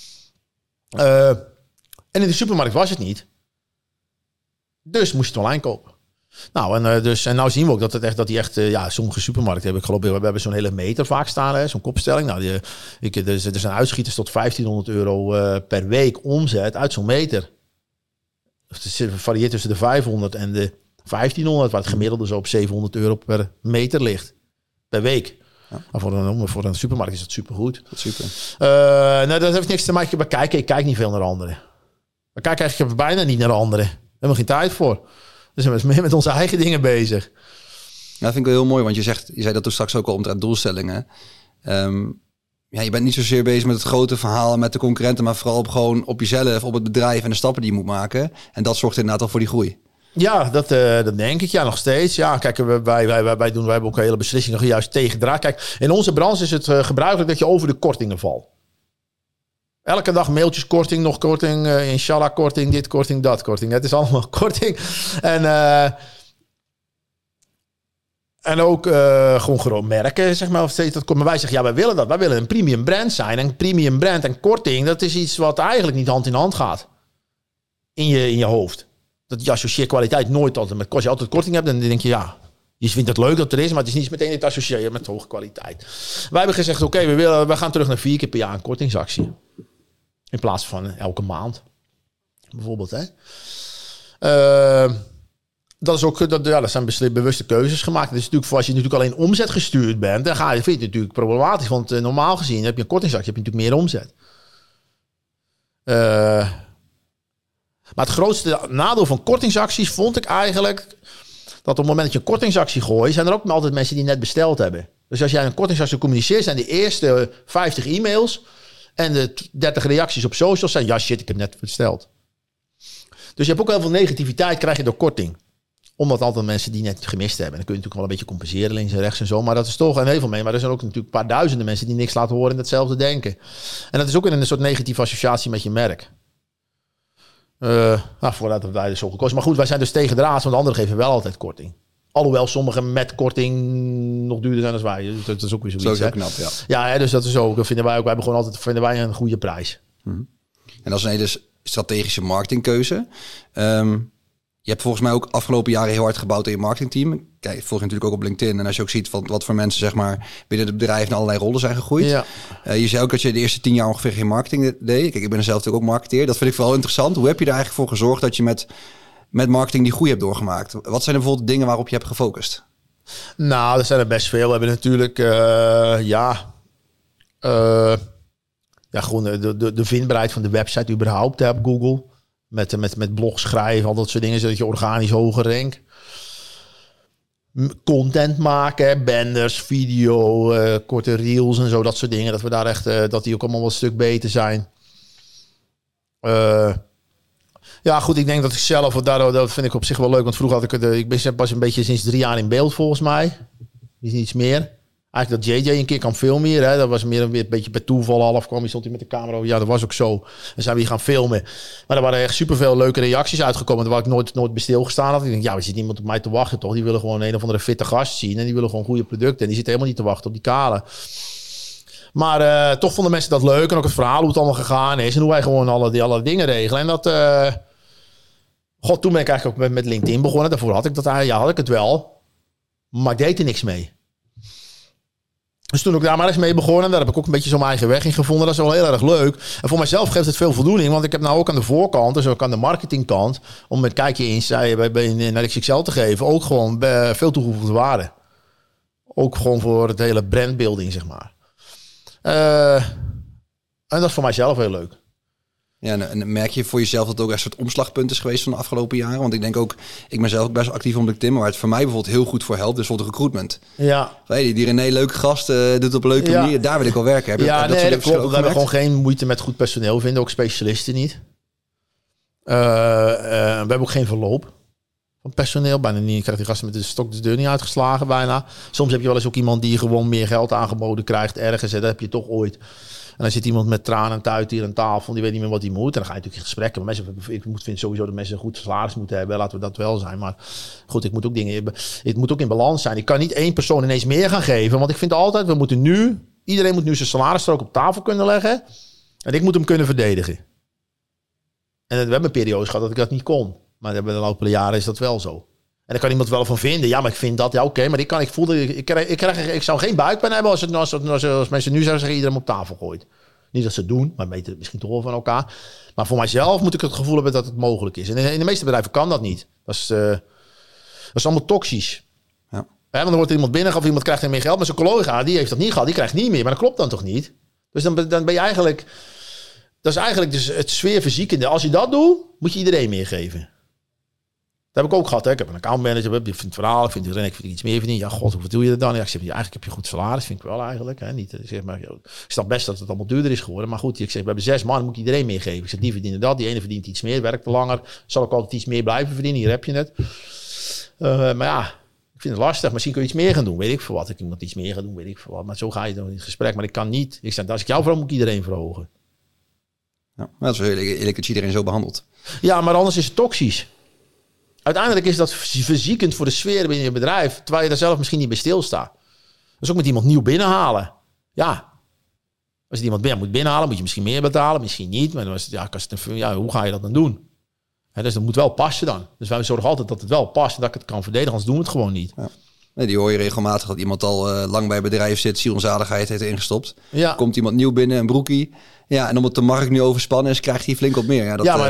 En in de supermarkt was het niet. Dus moest je het online kopen. Nou, en nou zien we ook sommige supermarkten hebben, ik geloof, we hebben zo'n hele meter vaak staan, zo'n kopstelling. Nou, er zijn uitschieters tot €1.500 per week omzet uit zo'n meter. Het varieert tussen de 500 en de 1.500, waar het gemiddelde zo op €700 per meter ligt. Per week. Ja. Voor een supermarkt is dat supergoed. Dat is super. Dat heeft niks te maken met kijken. Ik kijk niet veel naar anderen. Ik kijk eigenlijk bijna niet naar anderen. Daar hebben we geen tijd voor. Dus we zijn meer met onze eigen dingen bezig. Ja, dat vind ik wel heel mooi. Want je zei dat toen straks ook al omtrent doelstellingen. Je bent niet zozeer bezig met het grote verhaal met de concurrenten, maar vooral op jezelf, op het bedrijf en de stappen die je moet maken. En dat zorgt inderdaad al voor die groei. Ja, dat denk ik. Ja, nog steeds. Ja, kijk, wij hebben ook hele beslissingen juist tegendraad. Kijk, in onze branche is het gebruikelijk dat je over de kortingen valt. Elke dag mailtjes korting, nog korting, inshallah korting, dit korting, dat korting. Het is allemaal korting. En ook gewoon merken, zeg maar. Of steeds dat komt. Maar wij zeggen, wij willen dat. Wij willen een premium brand zijn. En premium brand en korting, dat is iets wat eigenlijk niet hand in hand gaat. In je hoofd. Dat je associeert kwaliteit nooit altijd met. Als je altijd korting hebt, dan denk je, je vindt het leuk dat er is, maar het is niet meteen te associëren met hoge kwaliteit. Wij hebben gezegd, oké, we gaan terug naar 4 keer per jaar een kortingsactie. In plaats van elke maand. Bijvoorbeeld, hè. Dat is ook, dat zijn bewuste keuzes gemaakt. Dat is natuurlijk, als je natuurlijk alleen omzet gestuurd bent, dan vind je het natuurlijk problematisch. Want normaal gezien heb je een kortingsactie, heb je natuurlijk meer omzet. Maar het grootste nadeel van kortingsacties vond ik eigenlijk dat op het moment dat je een kortingsactie gooit, zijn er ook altijd mensen die net besteld hebben. Dus als jij een kortingsactie communiceert, zijn de eerste 50 e-mails en de 30 reacties op socials zijn, ja shit, ik heb net besteld. Dus je hebt ook heel veel negativiteit krijg je door korting. Omdat altijd mensen die net gemist hebben. Dan kun je natuurlijk wel een beetje compenseren links en rechts en zo. Maar dat is toch een heel veel mee. Maar er zijn ook natuurlijk een paar duizenden mensen die niks laten horen en hetzelfde denken. En dat is ook een soort negatieve associatie met je merk. Voordat wij dus zo gekozen. Maar goed, wij zijn dus tegen draads, want anderen geven wel altijd korting. Alhoewel sommigen met korting nog duurder zijn dan wij. Dus dat is ook weer zoiets. Zo knap, ja. Ja, dus dat is ook. Dat vinden wij ook. Wij hebben gewoon altijd een goede prijs. Mm-hmm. En dat is een hele strategische marketingkeuze. Je hebt volgens mij ook afgelopen jaren heel hard gebouwd in je marketingteam. Kijk, volg je natuurlijk ook op LinkedIn. En als je ook ziet wat voor mensen zeg maar binnen het bedrijf in allerlei rollen zijn gegroeid. Ja. Je zei ook dat je de eerste 10 jaar ongeveer geen marketing deed. Kijk, ik ben er zelf natuurlijk ook marketeer. Dat vind ik vooral interessant. Hoe heb je er eigenlijk voor gezorgd dat je met marketing die groei hebt doorgemaakt? Wat zijn er bijvoorbeeld dingen waarop je hebt gefocust? Nou, er zijn er best veel. We hebben natuurlijk, gewoon de vindbaarheid van de website überhaupt op Google. Met blog schrijven, al dat soort dingen, zodat je organisch hoger rankt. Content maken, banners, video, korte reels en zo, dat soort dingen. Dat we daar echt, dat die ook allemaal wat een stuk beter zijn. Ja, goed, ik denk dat ik zelf, dat vind ik op zich wel leuk. Want vroeger had ik ben pas een beetje sinds 3 jaar in beeld volgens mij. Is niets meer. Eigenlijk dat JJ een keer kan filmen hier. Hè? Dat was meer een beetje per toeval. Half kwam, stond hij met de camera. Ja, dat was ook zo. En zijn we hier gaan filmen. Maar er waren echt superveel leuke reacties uitgekomen. Waar ik nooit bij stilgestaan had. Ik denk, ja, er zit niemand op mij te wachten toch? Die willen gewoon een of andere fitte gast zien. En die willen gewoon goede producten. En die zitten helemaal niet te wachten op die kale. Maar toch vonden mensen dat leuk. En ook het verhaal hoe het allemaal gegaan is. En hoe wij gewoon alle dingen regelen. En dat... toen ben ik eigenlijk ook met LinkedIn begonnen. Daarvoor had ik het wel. Maar ik deed er niks mee. Dus toen ik daar maar eens mee begonnen, daar heb ik ook een beetje zo mijn eigen weg in gevonden. Dat is wel heel erg leuk. En voor mijzelf geeft het veel voldoening, want ik heb nou ook aan de voorkant, dus ook aan de marketingkant, om met kijkje in naar XXL te geven, ook gewoon veel toegevoegde waarde. Ook gewoon voor het hele brandbuilding, zeg maar. En dat is voor mijzelf heel leuk. Ja, en merk je voor jezelf dat het ook echt een soort omslagpunt is geweest van de afgelopen jaren? Want ik denk ook, ik ben zelf ook best actief op LinkedIn, maar waar het voor mij bijvoorbeeld heel goed voor helpt, is bijvoorbeeld recruitment. Ja. Die René, leuke gast, doet het op een leuke manier. Daar wil ik wel werken. Dat klopt. We hebben gewoon geen moeite met goed personeel vinden, ook specialisten niet. We hebben ook geen verloop van personeel. Bijna niet. Je krijgt die gasten met de stok de deur niet uitgeslagen bijna. Soms heb je wel eens ook iemand die gewoon meer geld aangeboden krijgt ergens. En dat heb je toch ooit. En dan zit iemand met tranen en tuit hier aan tafel. Die weet niet meer wat hij moet. En dan ga je natuurlijk in gesprekken. Maar ik vind sowieso dat mensen een goed salaris moeten hebben. Laten we dat wel zijn. Maar goed, het moet ook in balans zijn. Ik kan niet 1 persoon ineens meer gaan geven. Want ik vind altijd, iedereen moet nu zijn salaris op tafel kunnen leggen. En ik moet hem kunnen verdedigen. En we hebben periodes gehad dat ik dat niet kon. Maar de afgelopen jaren is dat wel zo. En daar kan iemand wel van vinden. Ja, maar ik vind dat. Ja, oké. Maar ik zou geen buikpijn hebben als mensen nu zouden zeggen, iedereen op tafel gooit. Niet dat ze het doen, maar weten misschien toch wel van elkaar. Maar voor mijzelf moet ik het gevoel hebben dat het mogelijk is. En in de meeste bedrijven kan dat niet. Dat is allemaal toxisch. Ja. Want dan wordt er iemand binnen of iemand krijgt er meer geld. Maar zijn collega, die heeft dat niet gehad. Die krijgt niet meer. Maar dat klopt dan toch niet? Dus dan ben je eigenlijk... Dat is eigenlijk dus het sfeerverziekende. Als je dat doet, moet je iedereen meer geven. Dat heb ik ook gehad. Hè. Ik heb een accountmanager. Ik vind het verhaal. Ik vind iets meer verdienen. Ja, god, hoe doe je dat dan? Ja, ik zeg, eigenlijk heb je goed salaris. Vind ik wel eigenlijk. Hè. Niet, zeg maar, ik snap best dat het allemaal duurder is geworden. Maar goed, ik zeg, we hebben 6 man. Moet ik iedereen meer geven. Ik zeg, die verdienen dat. Die ene verdient iets meer. Werkt te langer. Zal ik altijd iets meer blijven verdienen. Hier heb je het. Maar ja, ik vind het lastig. Misschien kun je iets meer gaan doen. Weet ik voor wat. Ik iemand iets meer gaan doen. Weet ik voor wat. Maar zo ga je dan in het gesprek. Maar ik kan niet. Ik zeg, als ik jou vraag, moet ik iedereen verhogen. Ja, dat is wel eerlijk dat je iedereen zo behandelt. Ja, maar anders is het toxisch. Uiteindelijk is dat verziekend voor de sfeer binnen je bedrijf, terwijl je daar zelf misschien niet bij stilstaat. Dus ook met iemand nieuw binnenhalen. Ja, als je iemand moet binnenhalen, moet je misschien meer betalen, misschien niet. Maar dan is het, hoe ga je dat dan doen? Dus dat moet wel passen dan. Dus wij zorgen altijd dat het wel past en dat ik het kan verdedigen, anders doen we het gewoon niet. Ja. Nee, die hoor je regelmatig dat iemand al lang bij het bedrijf zit, ziel en zaligheid heeft ingestopt. Ja. Komt iemand nieuw binnen, een broekie. Ja, en omdat de markt nu overspannen is, krijgt hij flink wat meer.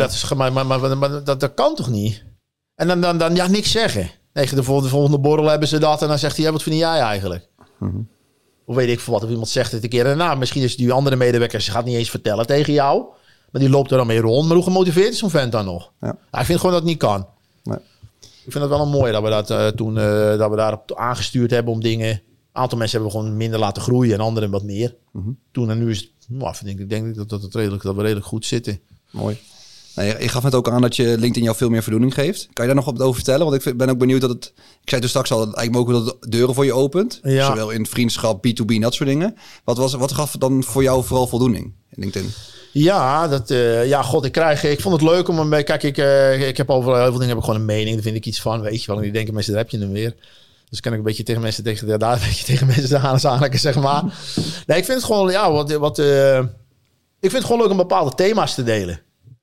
Maar dat kan toch niet? En dan niks zeggen. Nee, de volgende borrel hebben ze dat. En dan zegt hij, wat vind jij eigenlijk? Mm-hmm. Of weet ik veel wat. Of iemand zegt het een keer daarna. Misschien is die andere medewerker, ze gaat niet eens vertellen tegen jou. Maar die loopt er dan mee rond. Maar hoe gemotiveerd is zo'n vent dan nog? Ja. Ik vind gewoon dat het niet kan. Nee. Ik vind het wel een mooi dat we dat toen dat we daarop aangestuurd hebben om dingen. Een aantal mensen hebben we gewoon minder laten groeien en anderen wat meer. Mm-hmm. Toen en nu is het, ik denk dat we redelijk goed zitten. Mooi. Nou, je gaf net ook aan dat je LinkedIn jou veel meer voldoening geeft. Kan je daar nog wat over vertellen? Want ik ben ook benieuwd dat het... Ik zei toen straks al, dat eigenlijk ook dat het deuren voor je opent. Ja. Zowel in vriendschap, B2B, dat soort dingen. Wat gaf dan voor jou vooral voldoening in LinkedIn? Ja, ik vond het leuk om een beetje... Kijk, ik heb over heel veel dingen heb ik gewoon een mening. Daar vind ik iets van, weet je wel. En die denken mensen, daar heb je hem weer. Dus kan ik een beetje tegen mensen aanhaken, zeg maar. Nee, ik vind het gewoon, ik vind het gewoon leuk om bepaalde thema's te delen.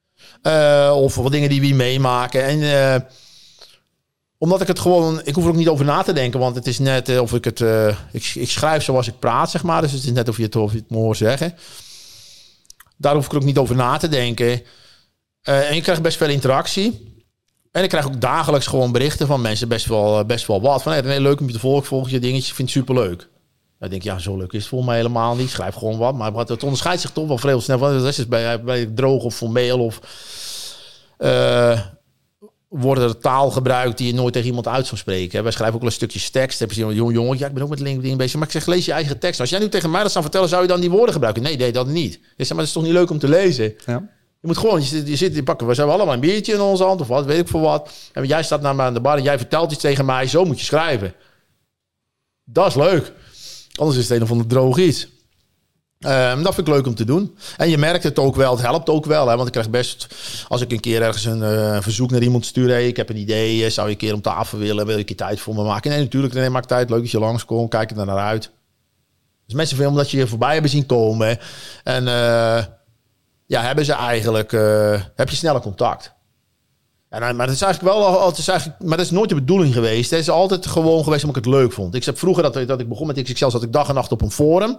Of wat dingen die we meemaken. En omdat ik het gewoon... Ik hoef er ook niet over na te denken. Want het is net of ik het... Ik schrijf zoals ik praat, zeg maar. Dus het is net of je het me hoort zeggen. Daar hoef ik er ook niet over na te denken. En je krijgt best veel interactie. En ik krijg ook dagelijks gewoon berichten van mensen. Best wel wat. Van, hey, leuk om je te volgen. Volg je dingetje. Ik vind het superleuk. Dan denk ik, zo leuk is het volgens mij helemaal niet. Ik schrijf gewoon wat. Maar het onderscheidt zich toch wel vrij snel. Wat is het bij droog of formeel? worden er taal gebruikt die je nooit tegen iemand uit zou spreken. Wij schrijven ook wel een stukjes tekst. Heb je zo'n jongen, ja, ik ben ook met LinkedIn bezig. Maar ik zeg, lees je eigen tekst. Als jij nu tegen mij dat zou vertellen, zou je dan die woorden gebruiken? Nee, dat niet. Ik zeg, maar dat is toch niet leuk om te lezen? Ja. Je moet gewoon, je pakken, we hebben allemaal een biertje in onze hand of wat, weet ik voor wat. En jij staat naar me aan de bar en jij vertelt iets tegen mij, zo moet je schrijven. Dat is leuk. Anders is het een of ander droog iets. Dat vind ik leuk om te doen. En je merkt het ook wel, het helpt ook wel. Hè? Want ik krijg best, als ik een keer ergens een verzoek naar iemand stuur. Hey, ik heb een idee, zou je een keer om tafel willen? Wil je een keer tijd voor me maken? Nee, natuurlijk, nee, maak tijd. Leuk dat je langskomt, kijk er naar uit. Dus mensen vinden omdat je je voorbij hebben zien komen. En hebben ze eigenlijk, heb je sneller contact. En, maar dat is eigenlijk wel altijd, maar dat is nooit de bedoeling geweest. Het is altijd gewoon geweest omdat ik het leuk vond. Ik heb vroeger dat ik begon met XXL, zat ik dag en nacht op een forum.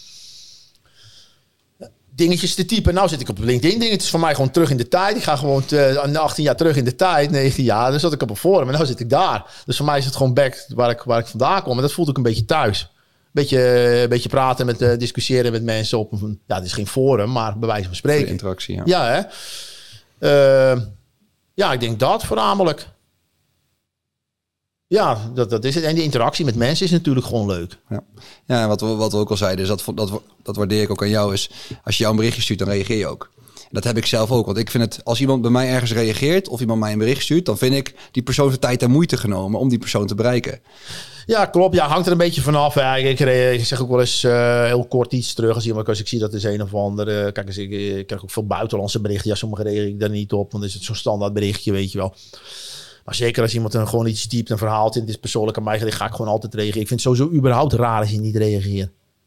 Dingetjes te typen. Nou zit ik op LinkedIn. Dingetjes van mij gewoon terug in de tijd. Ik ga gewoon 18 jaar terug in de tijd, 19 jaar. Dan zat ik op een forum en nu zit ik daar. Dus voor mij is het gewoon back waar ik vandaan kom. En dat voelt ook een beetje thuis. Beetje praten, discussiëren met mensen op een... Ja, het is geen forum, maar bij wijze van spreken. De interactie, ja. Ja, hè. Ik denk dat voornamelijk. Ja, dat is het. En die interactie met mensen is natuurlijk gewoon leuk. Ja, wat we ook al zeiden, is dat waardeer ik ook aan jou, is als je jou een berichtje stuurt, dan reageer je ook. Dat heb ik zelf ook. Want ik vind het, als iemand bij mij ergens reageert of iemand mij een bericht stuurt, dan vind ik die persoon de tijd en moeite genomen om die persoon te bereiken. Ja, klopt. Ja, hangt er een beetje vanaf. Ja, ik zeg ook wel eens heel kort iets terug als ik zie dat is een of ander. Kijk eens, ik krijg ook veel buitenlandse berichten. Ja, sommige reageer ik daar niet op, want dan is het zo'n standaard berichtje, weet je wel. Maar zeker als iemand gewoon iets typt, een verhaal, het is persoonlijk aan mij gericht, ga ik gewoon altijd reageren. Ik vind het sowieso überhaupt raar als je niet reageert.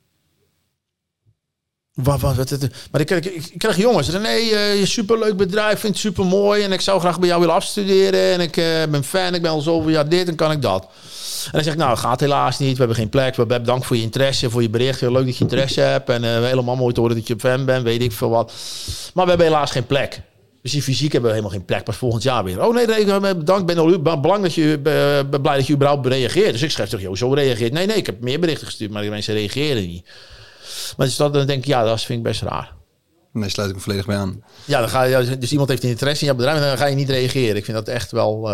Maar ik krijg jongens, René, superleuk bedrijf, vind het super mooi en ik zou graag bij jou willen afstuderen en ik ben fan, ik ben al zoveel jaar dit en kan ik dat. En dan zeg ik, nou, het gaat helaas niet, we hebben geen plek, we bedankt voor je interesse, voor je bericht, leuk dat je interesse hebt en helemaal mooi te horen dat je fan bent, weet ik veel wat. Maar we hebben helaas geen plek. Dus die fysiek hebben we helemaal geen plek, pas volgend jaar weer. Oh nee, bedankt, ben blij dat je überhaupt reageert. Dus ik schrijf toch, joh, zo reageert. Nee, ik heb meer berichten gestuurd, maar die mensen reageren niet. Maar dus dan denk ik, ja, dat vind ik best raar. Nee, sluit ik me volledig bij aan. Ja, dan ga je, dus iemand heeft een interesse in jouw bedrijf en dan ga je niet reageren. Ik vind dat echt wel,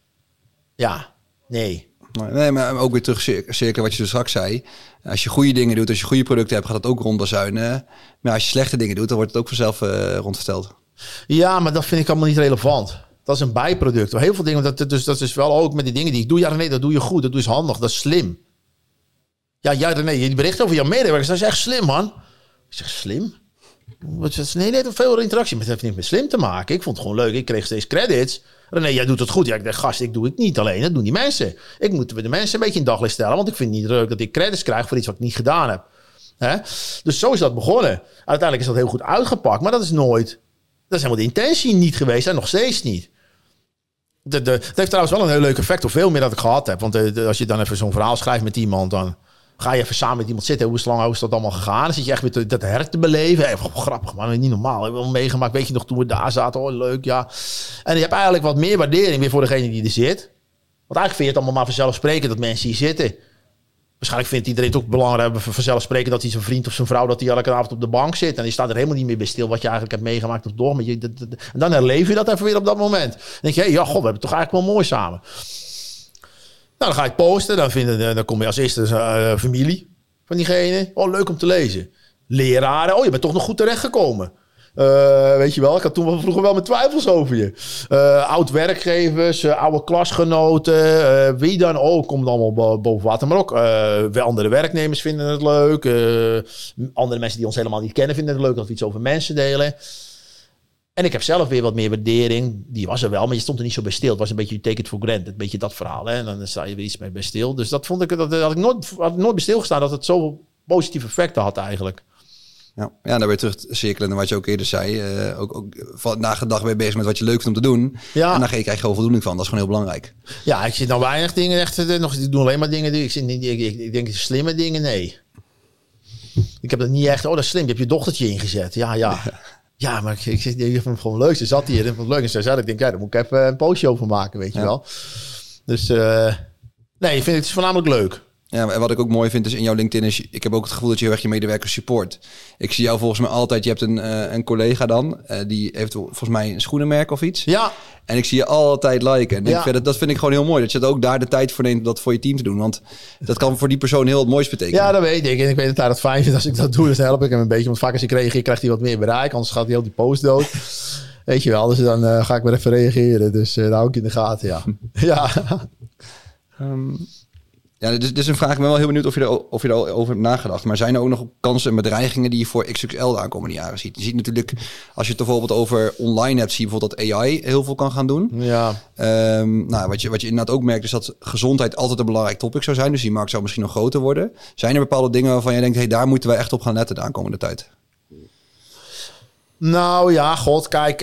nee. Nee, maar ook weer terug cirkelen wat je dus straks zei. Als je goede dingen doet, als je goede producten hebt, gaat het ook rondbazuinen. Maar als je slechte dingen doet, dan wordt het ook vanzelf rondverteld. Ja, maar dat vind ik allemaal niet relevant. Dat is een bijproduct. Heel veel dingen, dat is wel ook met die dingen die ik doe. Ja, nee, dat doe je goed, dat doe je handig, dat is slim. Ja, René, die bericht over jouw medewerkers, dat is echt slim, man. Ik zeg, slim? Nee, dat veel interactie. Maar het heeft niet met slim te maken. Ik vond het gewoon leuk. Ik kreeg steeds credits. René, jij doet het goed. Ja, ik dacht, gast, ik doe het niet alleen. Dat doen die mensen. Ik moet de mensen een beetje in daglicht stellen. Want ik vind het niet leuk dat ik credits krijg voor iets wat ik niet gedaan heb. Hè? Dus zo is dat begonnen. Uiteindelijk is dat heel goed uitgepakt. Maar dat is helemaal de intentie niet geweest. En nog steeds niet. Het heeft trouwens wel een heel leuk effect. Of veel meer dat ik gehad heb. Want als je dan even zo'n verhaal schrijft met iemand, dan ga je even samen met iemand zitten. Hoe is dat allemaal gegaan? Dan zit je echt weer dat herk te beleven. Hey, grappig, man. Niet normaal. Ik heb wel meegemaakt. Weet je nog toen we daar zaten? Oh, leuk, ja. En je hebt eigenlijk wat meer waardering weer voor degene die er zit. Want eigenlijk vind je het allemaal maar vanzelfsprekend dat mensen hier zitten. Waarschijnlijk vindt iedereen het ook belangrijk vanzelfsprekend dat hij zijn vriend of zijn vrouw, dat die elke avond op de bank zit. En die staat er helemaal niet meer bij stil wat je eigenlijk hebt meegemaakt of door. En dan herleef je dat even weer op dat moment. Dan denk je, we hebben het toch eigenlijk wel mooi samen. Nou, dan ga je het posten. Dan kom je als eerste familie van diegene. Oh, leuk om te lezen. Leraren. Oh, je bent toch nog goed terechtgekomen. Weet je wel, ik had toen vroeger wel mijn twijfels over je. Oud-werkgevers, oude klasgenoten. Wie dan ook komt allemaal boven water. Maar ook andere werknemers vinden het leuk. Andere mensen die ons helemaal niet kennen vinden het leuk dat we iets over mensen delen. En ik heb zelf weer wat meer waardering. Die was er wel, maar je stond er niet zo bij stil. Het was een beetje you take it for granted. Een beetje dat verhaal. Hè? En dan sta je weer iets bij stil. Dus dat vond ik, dat had ik nooit bij stilgestaan. Dat het zoveel positieve effecten had eigenlijk. Ja, daar weer terug cirkelen naar wat je ook eerder zei. Ook nagedacht ben je bezig met wat je leuk vindt om te doen. Ja. En dan krijg je gewoon voldoening van. Dat is gewoon heel belangrijk. Ja, ik zit nou weinig dingen echt. Ik doe alleen maar dingen. Ik denk slimme dingen, nee. Ik heb dat niet echt. Oh, dat is slim. Je hebt je dochtertje ingezet. Ja. Ja, maar ik vond het gewoon leuk. Ze zat hier en vond het leuk. En ze zei, ik denk, daar moet ik even een postje over maken, weet je wel. Dus nee, ik vind het voornamelijk leuk. Ja, en wat ik ook mooi vind is in jouw LinkedIn is... Ik heb ook het gevoel dat je heel erg je medewerkers support. Ik zie jou volgens mij altijd... Je hebt een collega dan. Die heeft volgens mij een schoenenmerk of iets. Ja. En ik zie je altijd liken. En dat vind ik gewoon heel mooi. Dat je het ook daar de tijd voor neemt om dat voor je team te doen. Want dat kan voor die persoon heel wat moois betekenen. Ja, dat weet ik. En ik weet dat hij dat fijn vindt als ik dat doe. Dus dan help ik hem een beetje. Want vaak als ik reageer krijgt hij wat meer bereik. Anders gaat hij heel die post dood. Weet je wel. Dus dan ga ik maar even reageren. Dus daar hou ik in de gaten, ja. Ja. Ja, dus een vraag. Ik ben wel heel benieuwd of je er over hebt nagedacht. Maar zijn er ook nog kansen en bedreigingen die je voor XXL de aankomende jaren ziet? Je ziet natuurlijk, als je het bijvoorbeeld over online hebt, zie je bijvoorbeeld dat AI heel veel kan gaan doen. Ja. Wat je inderdaad ook merkt, is dat gezondheid altijd een belangrijk topic zou zijn. Dus die markt zou misschien nog groter worden. Zijn er bepaalde dingen waarvan je denkt, hey, daar moeten wij echt op gaan letten de aankomende tijd? Nou ja, kijk...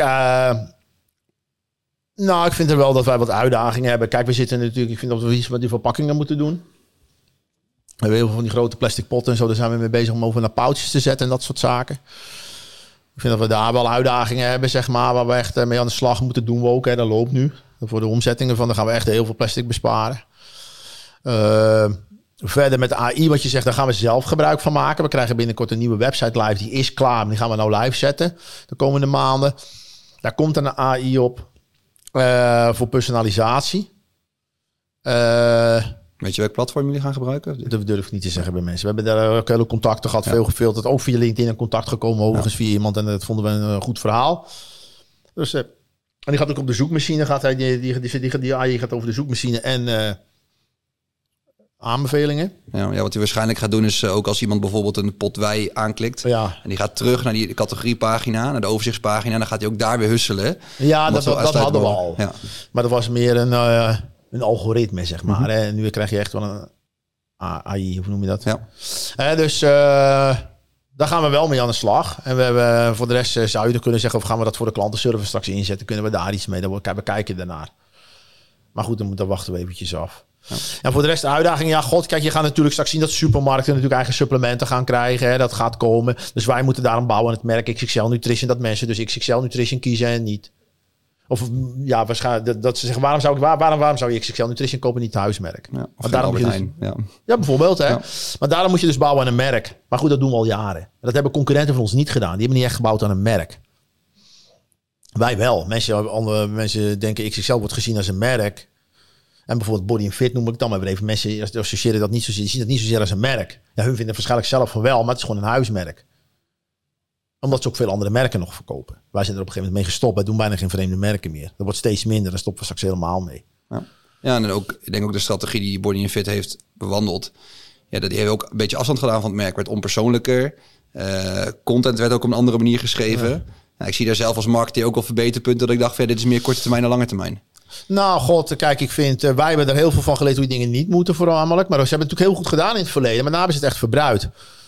Nou, ik vind er wel dat wij wat uitdagingen hebben. Kijk, we zitten natuurlijk... Ik vind dat we iets met die verpakkingen moeten doen. We hebben heel veel van die grote plastic potten en zo. Daar zijn we mee bezig om over naar pouches te zetten en dat soort zaken. Ik vind dat we daar wel uitdagingen hebben, zeg maar. Waar we echt mee aan de slag moeten doen. We ook, hè. Dat loopt nu. Voor de omzettingen van, daar gaan we echt heel veel plastic besparen. Verder met de AI, wat je zegt, daar gaan we zelf gebruik van maken. We krijgen binnenkort een nieuwe website live. Die is klaar. Die gaan we nou live zetten de komende maanden. Daar komt een AI op. Voor personalisatie. Weet je welk platform jullie gaan gebruiken? Dat durf ik niet te zeggen bij mensen. We hebben daar ook hele contacten gehad, veel gefilterd. Ook via LinkedIn in contact gekomen, overigens via iemand. En dat vonden we een goed verhaal. Dus, en die gaat ook op de zoekmachine. Die AI gaat over de zoekmachine en aanbevelingen. Ja, wat hij waarschijnlijk gaat doen is ook als iemand bijvoorbeeld een pot wei aanklikt. Ja. En die gaat terug naar die categoriepagina, naar de overzichtspagina. En dan gaat hij ook daar weer husselen. Ja, dat hadden we al. Ja. Maar dat was meer een algoritme, zeg maar. Mm-hmm. En nu krijg je echt wel een AI, hoe noem je dat? Ja. Dus daar gaan we wel mee aan de slag. En we hebben voor de rest zou je kunnen zeggen, of gaan we dat voor de klantenservice straks inzetten? Kunnen we daar iets mee? We kijken daarnaar. Maar goed, dan wachten we eventjes af. Ja. En voor de rest de uitdaging, kijk, je gaat natuurlijk straks zien dat supermarkten natuurlijk eigen supplementen gaan krijgen. Hè, dat gaat komen. Dus wij moeten daarom bouwen aan het merk XXL Nutrition, dat mensen dus XXL Nutrition kiezen en niet. Of ja, waarschijnlijk dat ze zeggen, waarom zou je XXL Nutrition kopen, niet het huismerk? Ja, of daarom ja, bijvoorbeeld. Hè? Ja. Maar daarom moet je dus bouwen aan een merk. Maar goed, dat doen we al jaren. En dat hebben concurrenten van ons niet gedaan. Die hebben niet echt gebouwd aan een merk. Wij wel. Mensen denken XXL wordt gezien als een merk. En bijvoorbeeld Body & Fit noem ik dan maar weer even. Mensen associëren dat niet zozeer, die zien dat niet zozeer als een merk. Ja, hun vinden waarschijnlijk zelf van wel, maar het is gewoon een huismerk. Omdat ze ook veel andere merken nog verkopen. Wij zijn er op een gegeven moment mee gestopt. Wij doen bijna geen vreemde merken meer. Dat wordt steeds minder. Daar stoppen we straks helemaal mee. Ja, en ook, ik denk ook de strategie die Body & Fit heeft bewandeld. Ja, die heeft ook een beetje afstand gedaan van het merk. Werd onpersoonlijker. Content werd ook op een andere manier geschreven. Ja. Nou, ik zie daar zelf als marketeer ook al verbeterpunten. Dat ik dacht, dit is meer korte termijn dan lange termijn. Nou, kijk, ik vind... wij hebben er heel veel van geleerd hoe je dingen niet moeten voornamelijk. Maar ze hebben het natuurlijk heel goed gedaan in het verleden. Maar daarna hebben ze het echt verbruikt.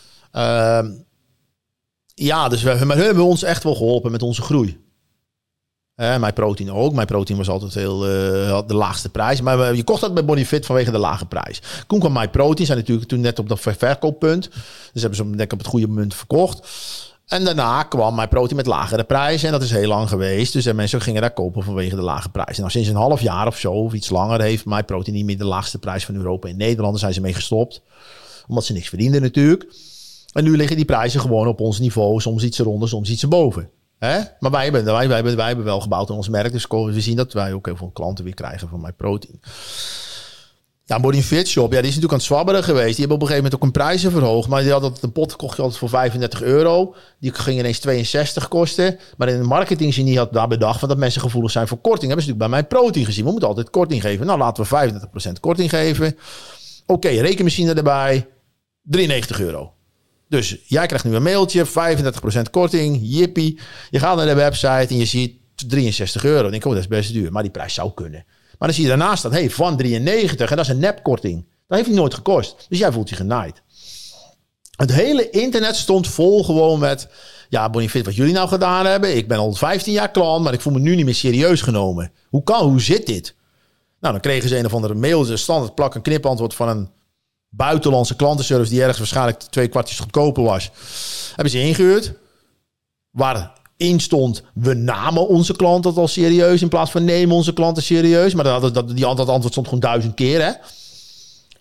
Ja, dus we hebben ons echt wel geholpen met onze groei. MyProtein ook. MyProtein was altijd had de laagste prijs. Maar je kocht dat bij Body Fit vanwege de lage prijs. Toen kwam MyProtein. Zijn natuurlijk toen net op dat verkooppunt. Dus hebben ze hem denk ik op het goede munt verkocht. En daarna kwam MyProtein met lagere prijzen. En dat is heel lang geweest. Dus mensen gingen daar kopen vanwege de lage prijs. En nou, sinds een half jaar of zo, of iets langer, heeft MyProtein niet meer de laagste prijs van Europa en Nederland. Daar zijn ze mee gestopt. Omdat ze niks verdienden natuurlijk. En nu liggen die prijzen gewoon op ons niveau. Soms iets eronder, soms iets erboven. Maar wij hebben wel gebouwd aan ons merk. Dus we zien dat wij ook heel veel klanten weer krijgen van MyProtein. Ja, Body & Fit Shop, die is natuurlijk aan het zwabberen geweest. Die hebben op een gegeven moment ook hun prijzen verhoogd. Maar die hadden een pot kocht je altijd voor €35. Die ging ineens 62 kosten. Maar in de marketinggenie had daar bedacht van dat mensen gevoelig zijn voor korting. Hebben ze natuurlijk bij MyProtein gezien. We moeten altijd korting geven. Nou, laten we 35% korting geven. Oké, rekenmachine erbij. €93. Dus jij krijgt nu een mailtje, 35% korting, jippie. Je gaat naar de website en je ziet €63. Dan denk ik, dat is best duur. Maar die prijs zou kunnen. Maar dan zie je daarnaast staan, van 93 en dat is een nepkorting. Dat heeft hij nooit gekost. Dus jij voelt je genaaid. Het hele internet stond vol gewoon met... Ja, Body & Fit, wat jullie nou gedaan hebben. Ik ben al 15 jaar klant, maar ik voel me nu niet meer serieus genomen. Hoe zit dit? Nou, dan kregen ze een of andere mail, een standaard plak, een knipantwoord van een buitenlandse klantenservice die ergens waarschijnlijk 2 kwartjes goedkoper was. Hebben ze ingehuurd. Waarin stond, we namen onze klanten al serieus in plaats van nemen onze klanten serieus. Maar dat antwoord stond gewoon 1000 keer. Hè?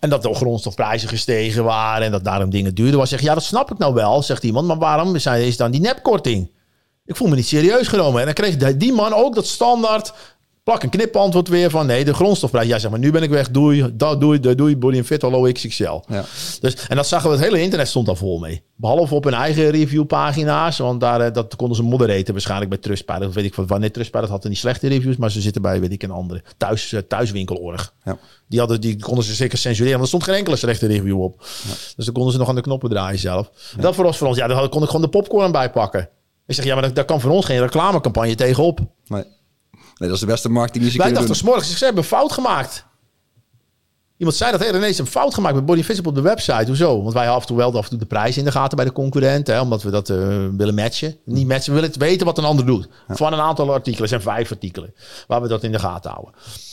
En dat de grondstofprijzen gestegen waren en dat daarom dingen duurder was. Zeg, ja, dat snap ik nou wel, zegt iemand. Maar waarom is dan die nepkorting? Ik voel me niet serieus genomen. En dan kreeg die man ook dat standaard plak- en knip antwoord weer van... nee, de grondstofprijs. Ja, zeg maar, nu ben ik weg. Doei, Body & Fit, hallo XXL. Ja. Dus, en dat zagen we, het hele internet stond daar vol mee. Behalve op hun eigen reviewpagina's. Want daar dat konden ze moderaten waarschijnlijk bij Trustpilot. Weet ik wanneer Trustpilot had niet slechte reviews. Maar ze zitten bij, weet ik, een andere thuiswinkelorg. Ja. Die konden ze zeker censureren. Want er stond geen enkele slechte review op. Ja. Dus dan konden ze nog aan de knoppen draaien zelf. Ja. Dat voor ons, ja, daar kon ik gewoon de popcorn bij pakken. Ik zeg, ja, maar daar kan voor ons geen reclamecampagne tegenop. Nee, dat is de beste marketing die ze Wij kunnen doen. dachten 's morgens, ze hebben een fout gemaakt. Iemand zei dat, René heeft een fout gemaakt met Body & Fit op de website. Hoezo? Want wij af en toe de prijs in de gaten bij de concurrent. Hè, omdat we dat willen matchen. Niet matchen, we willen weten wat een ander doet. Ja. Van een aantal artikelen, er zijn 5 artikelen. Waar we dat in de gaten houden.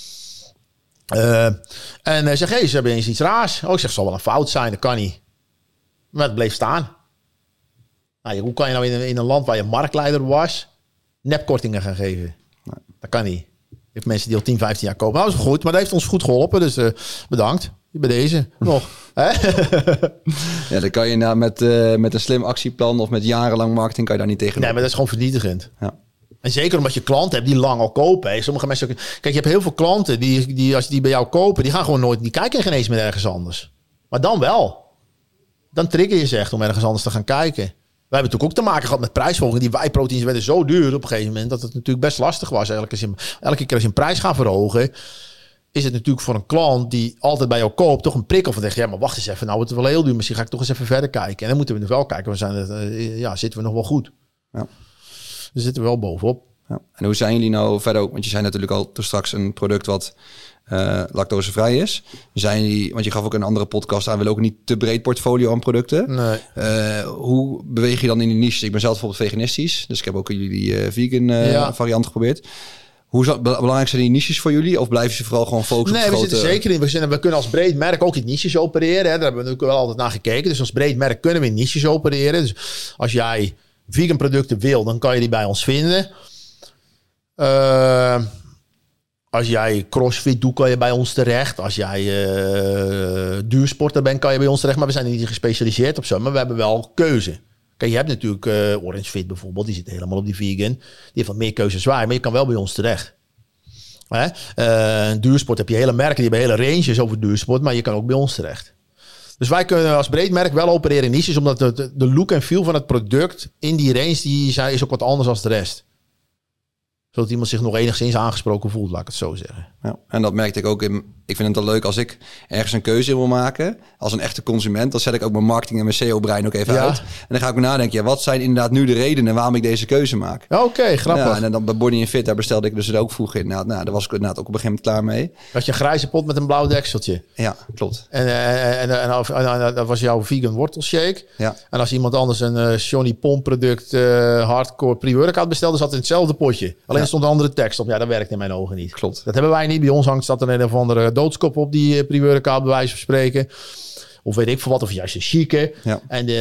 En hij zegt, ze hebben eens iets raars. Oh, ik zeg, het zal wel een fout zijn, dat kan niet. Maar het bleef staan. Nou, hoe kan je nou in een land waar je marktleider was... nepkortingen gaan geven? Nee. Dat kan niet. Je hebt mensen die al 10, 15 jaar kopen. Nou, dat is goed, maar dat heeft ons goed geholpen. Dus bedankt. Bij deze nog. Ja, dan kan je met een slim actieplan... of met jarenlang marketing kan je daar niet tegen. Nee, maar dat is gewoon vernietigend. Ja. En zeker omdat je klanten hebt die lang al kopen. Hè. Sommige mensen... Kijk, je hebt heel veel klanten die als die bij jou kopen... die gaan gewoon nooit... die kijken geen eens meer ergens anders. Maar dan wel. Dan trigger je ze echt om ergens anders te gaan kijken. Wij hebben natuurlijk ook te maken gehad met prijsverhoging. Die wijproteïnes werden zo duur op een gegeven moment... dat het natuurlijk best lastig was. Elke keer als je een prijs gaat verhogen... is het natuurlijk voor een klant die altijd bij jou koopt... toch een prikkel van ja, maar wacht eens even. Nou, het is wel heel duur. Misschien ga ik toch eens even verder kijken. En dan moeten we nog wel kijken. Zitten we nog wel goed? Ja. We zitten wel bovenop. Ja. En hoe zijn jullie nou verder ook? Want je zei natuurlijk al toen straks een product wat... lactosevrij is. Zijn jullie, want je gaf ook een andere podcast aan, willen ook niet te breed portfolio aan producten. Nee. Hoe beweeg je dan in die niche? Ik ben zelf bijvoorbeeld veganistisch, dus ik heb ook jullie vegan variant geprobeerd. Hoe belangrijk zijn die niches voor jullie? Of blijven ze vooral gewoon focussen op we zitten zeker in. We kunnen als breed merk ook in niches opereren. Hè. Daar hebben we natuurlijk wel altijd naar gekeken. Dus als breed merk kunnen we in niches opereren. Dus als jij vegan producten wil, dan kan je die bij ons vinden. Als jij crossfit doet, kan je bij ons terecht. Als jij duursporter bent, kan je bij ons terecht. Maar we zijn niet gespecialiseerd op zo. Maar we hebben wel keuze. Kijk, je hebt natuurlijk Orange Fit bijvoorbeeld. Die zit helemaal op die vegan. Die heeft wat meer keuzes waar. Maar je kan wel bij ons terecht. Duursport heb je hele merken. Die hebben hele ranges over duursport. Maar je kan ook bij ons terecht. Dus wij kunnen als breed merk wel opereren in niches. Omdat de look en feel van het product in die range is ook wat anders dan de rest. Zodat iemand zich nog enigszins aangesproken voelt, laat ik het zo zeggen. Ja, en dat merkte ik ook in... Ik vind het al leuk als ik ergens een keuze wil maken. Als een echte consument, dan zet ik ook mijn marketing en mijn SEO-brein ook even uit. En dan ga ik nadenken, wat zijn inderdaad nu de redenen waarom ik deze keuze maak? Oké, grappig. Ja, en dan bij Body & Fit, daar bestelde ik dus het ook vroeger in. Nou, daar was ik inderdaad ook op een gegeven moment klaar mee. Had je een grijze pot met een blauw dekseltje? Ja, klopt. En dat was jouw vegan wortelshake. Ja. En als iemand anders een Johnny Pomp product hardcore pre-workout bestelde, zat in hetzelfde potje. Alleen er stond een andere tekst op. Ja, dat werkt in mijn ogen niet. Klopt. Dat hebben wij niet. Bij ons staat er een of andere doodskop op die pre-workout, bij wijze van spreken. Of weet ik veel wat. Of juist een chique. Ja.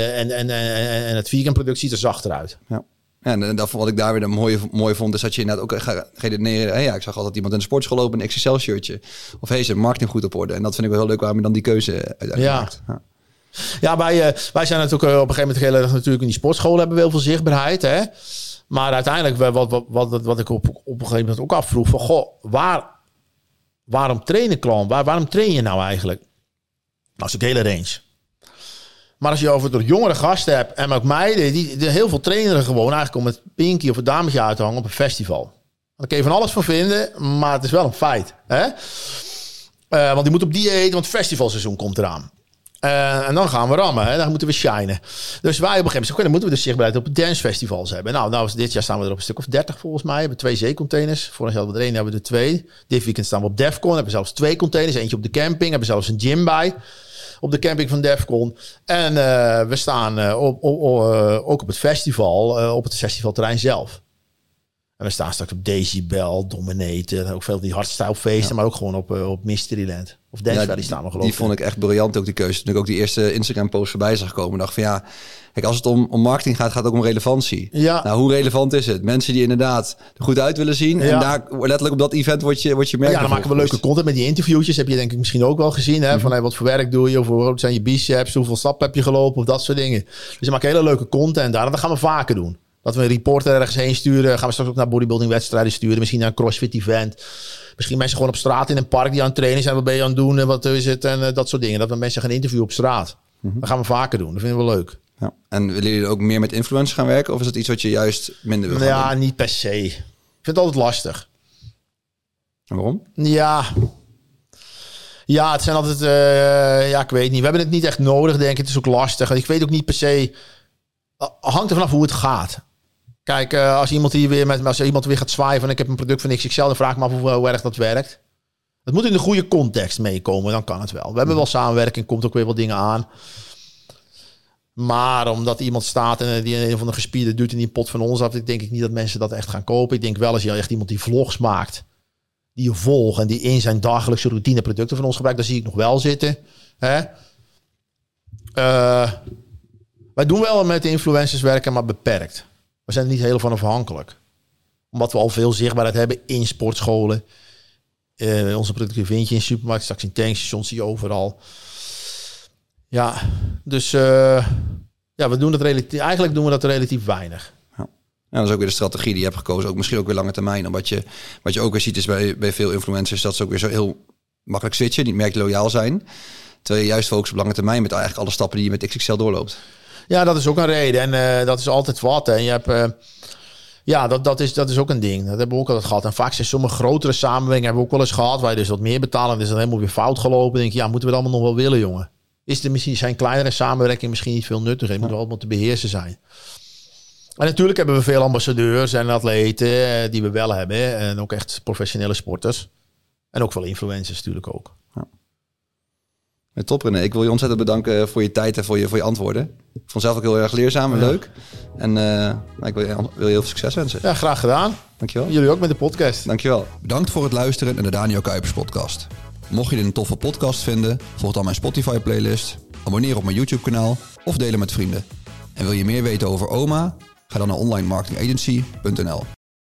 En het vegan product ziet er zachter uit. Ja. En dat wat ik daar weer mooi vond, is dat je inderdaad ook gaat redeneren. Ja, ik zag altijd iemand in de sportschool lopen een XXL shirtje. Of ze hebben marketing goed op orde. En dat vind ik wel heel leuk waarom je dan die keuze uiteindelijk maakt. Ja. Ja, wij zijn natuurlijk op een gegeven moment heel erg natuurlijk in die sportschool hebben we heel veel zichtbaarheid. Hè? Maar uiteindelijk, wat ik op een gegeven moment ook afvroeg, van goh, waarom trainen klant? Waarom train je nou eigenlijk? Dat is ook een hele range. Maar als je over de jongere gasten hebt en ook meiden, die heel veel trainen gewoon eigenlijk om het pinky of het dametje uit te hangen op een festival. Daar kun je van alles van vinden, maar het is wel een feit. Hè? Want die moet op dieet, want het festivalseizoen komt eraan. En dan gaan we rammen, hè? Dan moeten we shinen. Dus wij op een gegeven moment dan moeten we dus zichtbaarheid op dancefestivals hebben. Nou, dit jaar staan we er op een stuk of 30 volgens mij. We hebben 2 zeecontainers. Vorig jaar hadden we er 1, hebben we er 2. Dit weekend staan we op Defcon. Hebben zelfs 2 containers. Eentje op de camping. Hebben zelfs een gym bij. Op de camping van Defcon. En we staan ook op het festival. Op het festivalterrein zelf. En we staan straks op Decibel, Dominator. Ook veel die hardstyle feesten. Ja. Maar ook gewoon op Mysteryland. Of Dance Valley staan nog geloof ik. Die vond ik echt briljant ook, die keuze. Toen ik ook die eerste Instagram-post voorbij zag komen, dacht van ja, kijk, als het om marketing gaat het ook om relevantie. Ja. Nou, hoe relevant is het? Mensen die inderdaad er goed uit willen zien. En daar letterlijk op dat event wordt je merk. Ja, dan maken we leuke content met die interviewtjes. Heb je denk ik misschien ook wel gezien. Hè? Van wat voor werk doe je? Of hoe groot zijn je biceps? Hoeveel stappen heb je gelopen? Of dat soort dingen. Dus we maken hele leuke content daar. En dat gaan we vaker doen. Dat we een reporter ergens heen sturen. Gaan we straks ook naar bodybuilding wedstrijden sturen. Misschien naar een CrossFit event. Misschien mensen gewoon op straat in een park die aan het trainen zijn. Wat ben je aan het doen? En wat is het? En dat soort dingen. Dat we mensen gaan interviewen op straat. Dat gaan we vaker doen. Dat vinden we leuk. Ja. En willen jullie ook meer met influencers gaan werken? Of is dat iets wat je juist minder wil gaan doen? Niet per se. Ik vind het altijd lastig. En waarom? Ja, het zijn altijd... ik weet niet. We hebben het niet echt nodig, denk ik. Het is ook lastig. En ik weet ook niet per se... hangt er vanaf hoe het gaat. Kijk, als iemand weer gaat zwaaien van ik heb een product van XXL, dan vraag ik me af hoe erg dat werkt. Het moet in de goede context meekomen, dan kan het wel. We hebben wel samenwerking, komt ook weer wat dingen aan. Maar omdat iemand staat en die een van de gespierde doet in die pot van ons af, denk ik niet dat mensen dat echt gaan kopen. Ik denk wel als je echt iemand die vlogs maakt, die je volgt en die in zijn dagelijkse routine producten van ons gebruikt, daar zie ik nog wel zitten. Hè? Wij doen wel met de influencers werken, maar beperkt. We zijn er niet heel van afhankelijk. Omdat we al veel zichtbaarheid hebben in sportscholen. Onze producten vind je in supermarkten, straks in tankstations, zie je overal. Ja, dus we doen dat eigenlijk doen we dat relatief weinig. Ja, dat is ook weer de strategie die je hebt gekozen. Ook misschien ook weer lange termijn. Omdat wat je ook weer ziet is bij veel influencers dat ze ook weer zo heel makkelijk switchen, niet merkloyaal zijn. Terwijl je juist focust op lange termijn met eigenlijk alle stappen die je met XXL doorloopt. Ja, dat is ook een reden. En dat is altijd wat. En je hebt... dat is ook een ding. Dat hebben we ook altijd gehad. En vaak zijn sommige grotere samenwerkingen hebben we ook wel eens gehad. Waar je dus wat meer betalen. En is dan helemaal weer fout gelopen. Dan denk je, moeten we dat allemaal nog wel willen, jongen? Is er misschien zijn kleinere samenwerking misschien niet veel nuttiger? Je moet wel allemaal te beheersen zijn. En natuurlijk hebben we veel ambassadeurs en atleten die we wel hebben. En ook echt professionele sporters. En ook veel influencers natuurlijk ook. Ja, top René, ik wil je ontzettend bedanken voor je tijd en voor je antwoorden. Ik vond zelf ook heel erg leerzaam en leuk. En ik wil je heel veel succes wensen. Ja, graag gedaan. Dankjewel. Jullie ook met de podcast. Dankjewel. Bedankt voor het luisteren naar de Daniel Kuipers podcast. Mocht je dit een toffe podcast vinden, volg dan mijn Spotify playlist, abonneer op mijn YouTube kanaal of deel hem met vrienden. En wil je meer weten over OMA? Ga dan naar onlinemarketingagency.nl.